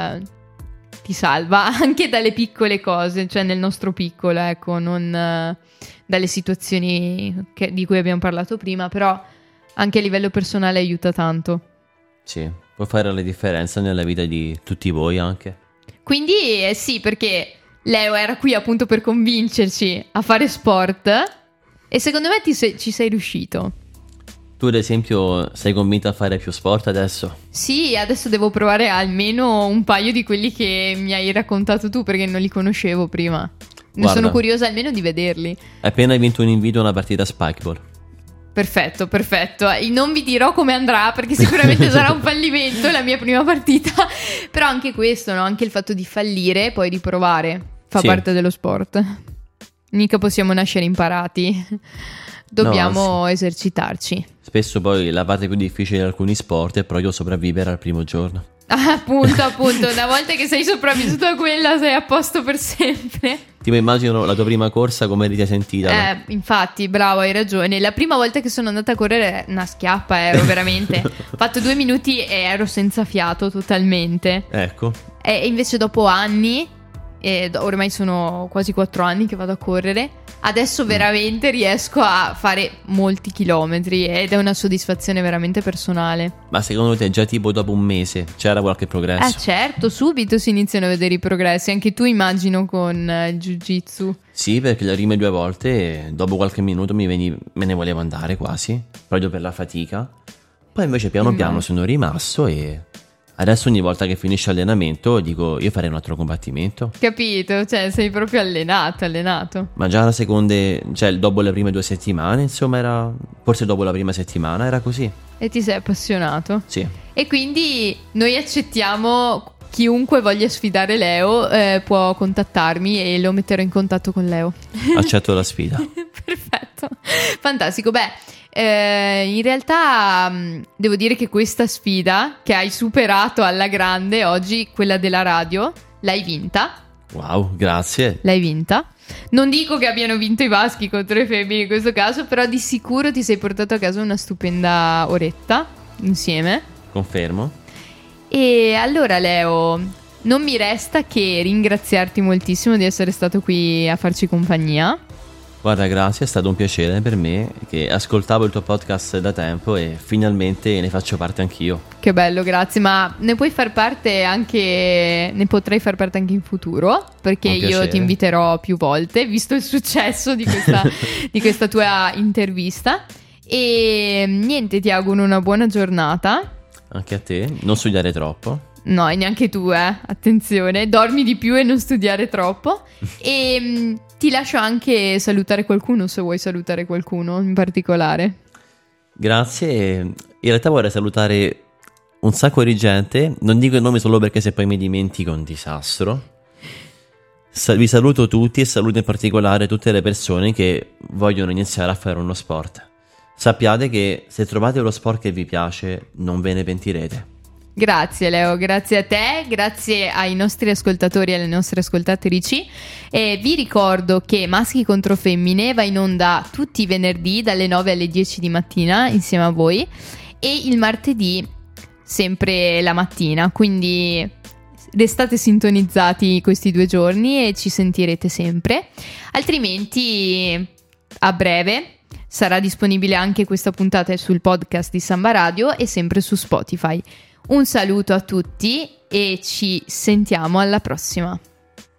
ti salva anche dalle piccole cose, cioè nel nostro piccolo, ecco, non dalle situazioni di cui abbiamo parlato prima, però anche a livello personale aiuta tanto. Sì, può fare la differenza nella vita di tutti voi anche. Quindi sì, perché Leo era qui appunto per convincerci a fare sport e secondo me ci sei riuscito. Tu ad esempio sei convinta a fare più sport adesso? Sì, adesso devo provare almeno un paio di quelli che mi hai raccontato tu perché non li conoscevo prima. Ne Guarda. sono curiosa almeno di vederli. Hai appena vinto un invito a una partita a Spikeball. Perfetto, perfetto. Non vi dirò come andrà perché sicuramente sarà un fallimento la mia prima partita. Però anche questo, no? Anche il fatto di fallire e poi riprovare fa Sì. parte dello sport. Mica possiamo nascere imparati. Dobbiamo esercitarci. Spesso poi la parte più difficile di alcuni sport è proprio sopravvivere al primo giorno. Appunto, una volta che sei sopravvissuto a quella sei a posto per sempre. Tipo immagino la tua prima corsa come ti sei sentita. Infatti, bravo, hai ragione. La prima volta che sono andata a correre, una schiappa ero veramente. Ho fatto 2 minuti e ero senza fiato totalmente. Ecco, E invece dopo anni, ormai sono quasi 4 anni che vado a correre, adesso veramente riesco a fare molti chilometri ed è una soddisfazione veramente personale. ma secondo te già tipo dopo un mese c'era qualche progresso? Certo, subito si iniziano a vedere i progressi, anche tu immagino con il jiu-jitsu. Sì, perché le prime 2 volte dopo qualche minuto me ne volevo andare quasi, proprio per la fatica. Poi invece piano piano sono rimasto e adesso ogni volta che finisce allenamento dico io farei un altro combattimento. Capito? Cioè sei proprio allenato. Ma già la seconda, cioè dopo le prime 2 settimane, insomma forse dopo la prima settimana era così. E ti sei appassionato. Sì. E quindi noi accettiamo chiunque voglia sfidare Leo, può contattarmi e lo metterò in contatto con Leo. Accetto la sfida. Perfetto, fantastico. Beh, in realtà devo dire che questa sfida che hai superato alla grande oggi, quella della radio, l'hai vinta. Wow, grazie. L'hai vinta. Non dico che abbiano vinto i maschi contro i femmini in questo caso, però di sicuro ti sei portato a casa una stupenda oretta insieme. Confermo. E allora Leo, non mi resta che ringraziarti moltissimo di essere stato qui a farci compagnia. Guarda, grazie, è stato un piacere per me, che ascoltavo il tuo podcast da tempo e finalmente ne faccio parte anch'io. Che bello, grazie, ma ne puoi far parte anche, ne potrei far parte anche in futuro, perché Un io piacere. ti inviterò più volte, visto il successo di questa, di questa tua intervista. E niente, ti auguro una buona giornata. Anche a te, non studiare troppo. No, e neanche tu, attenzione, dormi di più e non studiare troppo. E ti lascio anche salutare qualcuno, se vuoi salutare qualcuno in particolare. Grazie, in realtà vorrei salutare un sacco di gente, non dico il nome solo perché se poi mi dimentico è un disastro. Vi saluto tutti e saluto in particolare tutte le persone che vogliono iniziare a fare uno sport. Sappiate che se trovate lo sport che vi piace non ve ne pentirete. Grazie Leo, grazie a te, grazie ai nostri ascoltatori e alle nostre ascoltatrici. E vi ricordo che Maschi contro Femmine va in onda tutti i venerdì dalle 9 alle 10 di mattina insieme a voi, e il martedì sempre la mattina, quindi restate sintonizzati questi 2 giorni e ci sentirete sempre. Altrimenti a breve sarà disponibile anche questa puntata sul podcast di Samba Radio e sempre su Spotify. Un saluto a tutti e ci sentiamo alla prossima.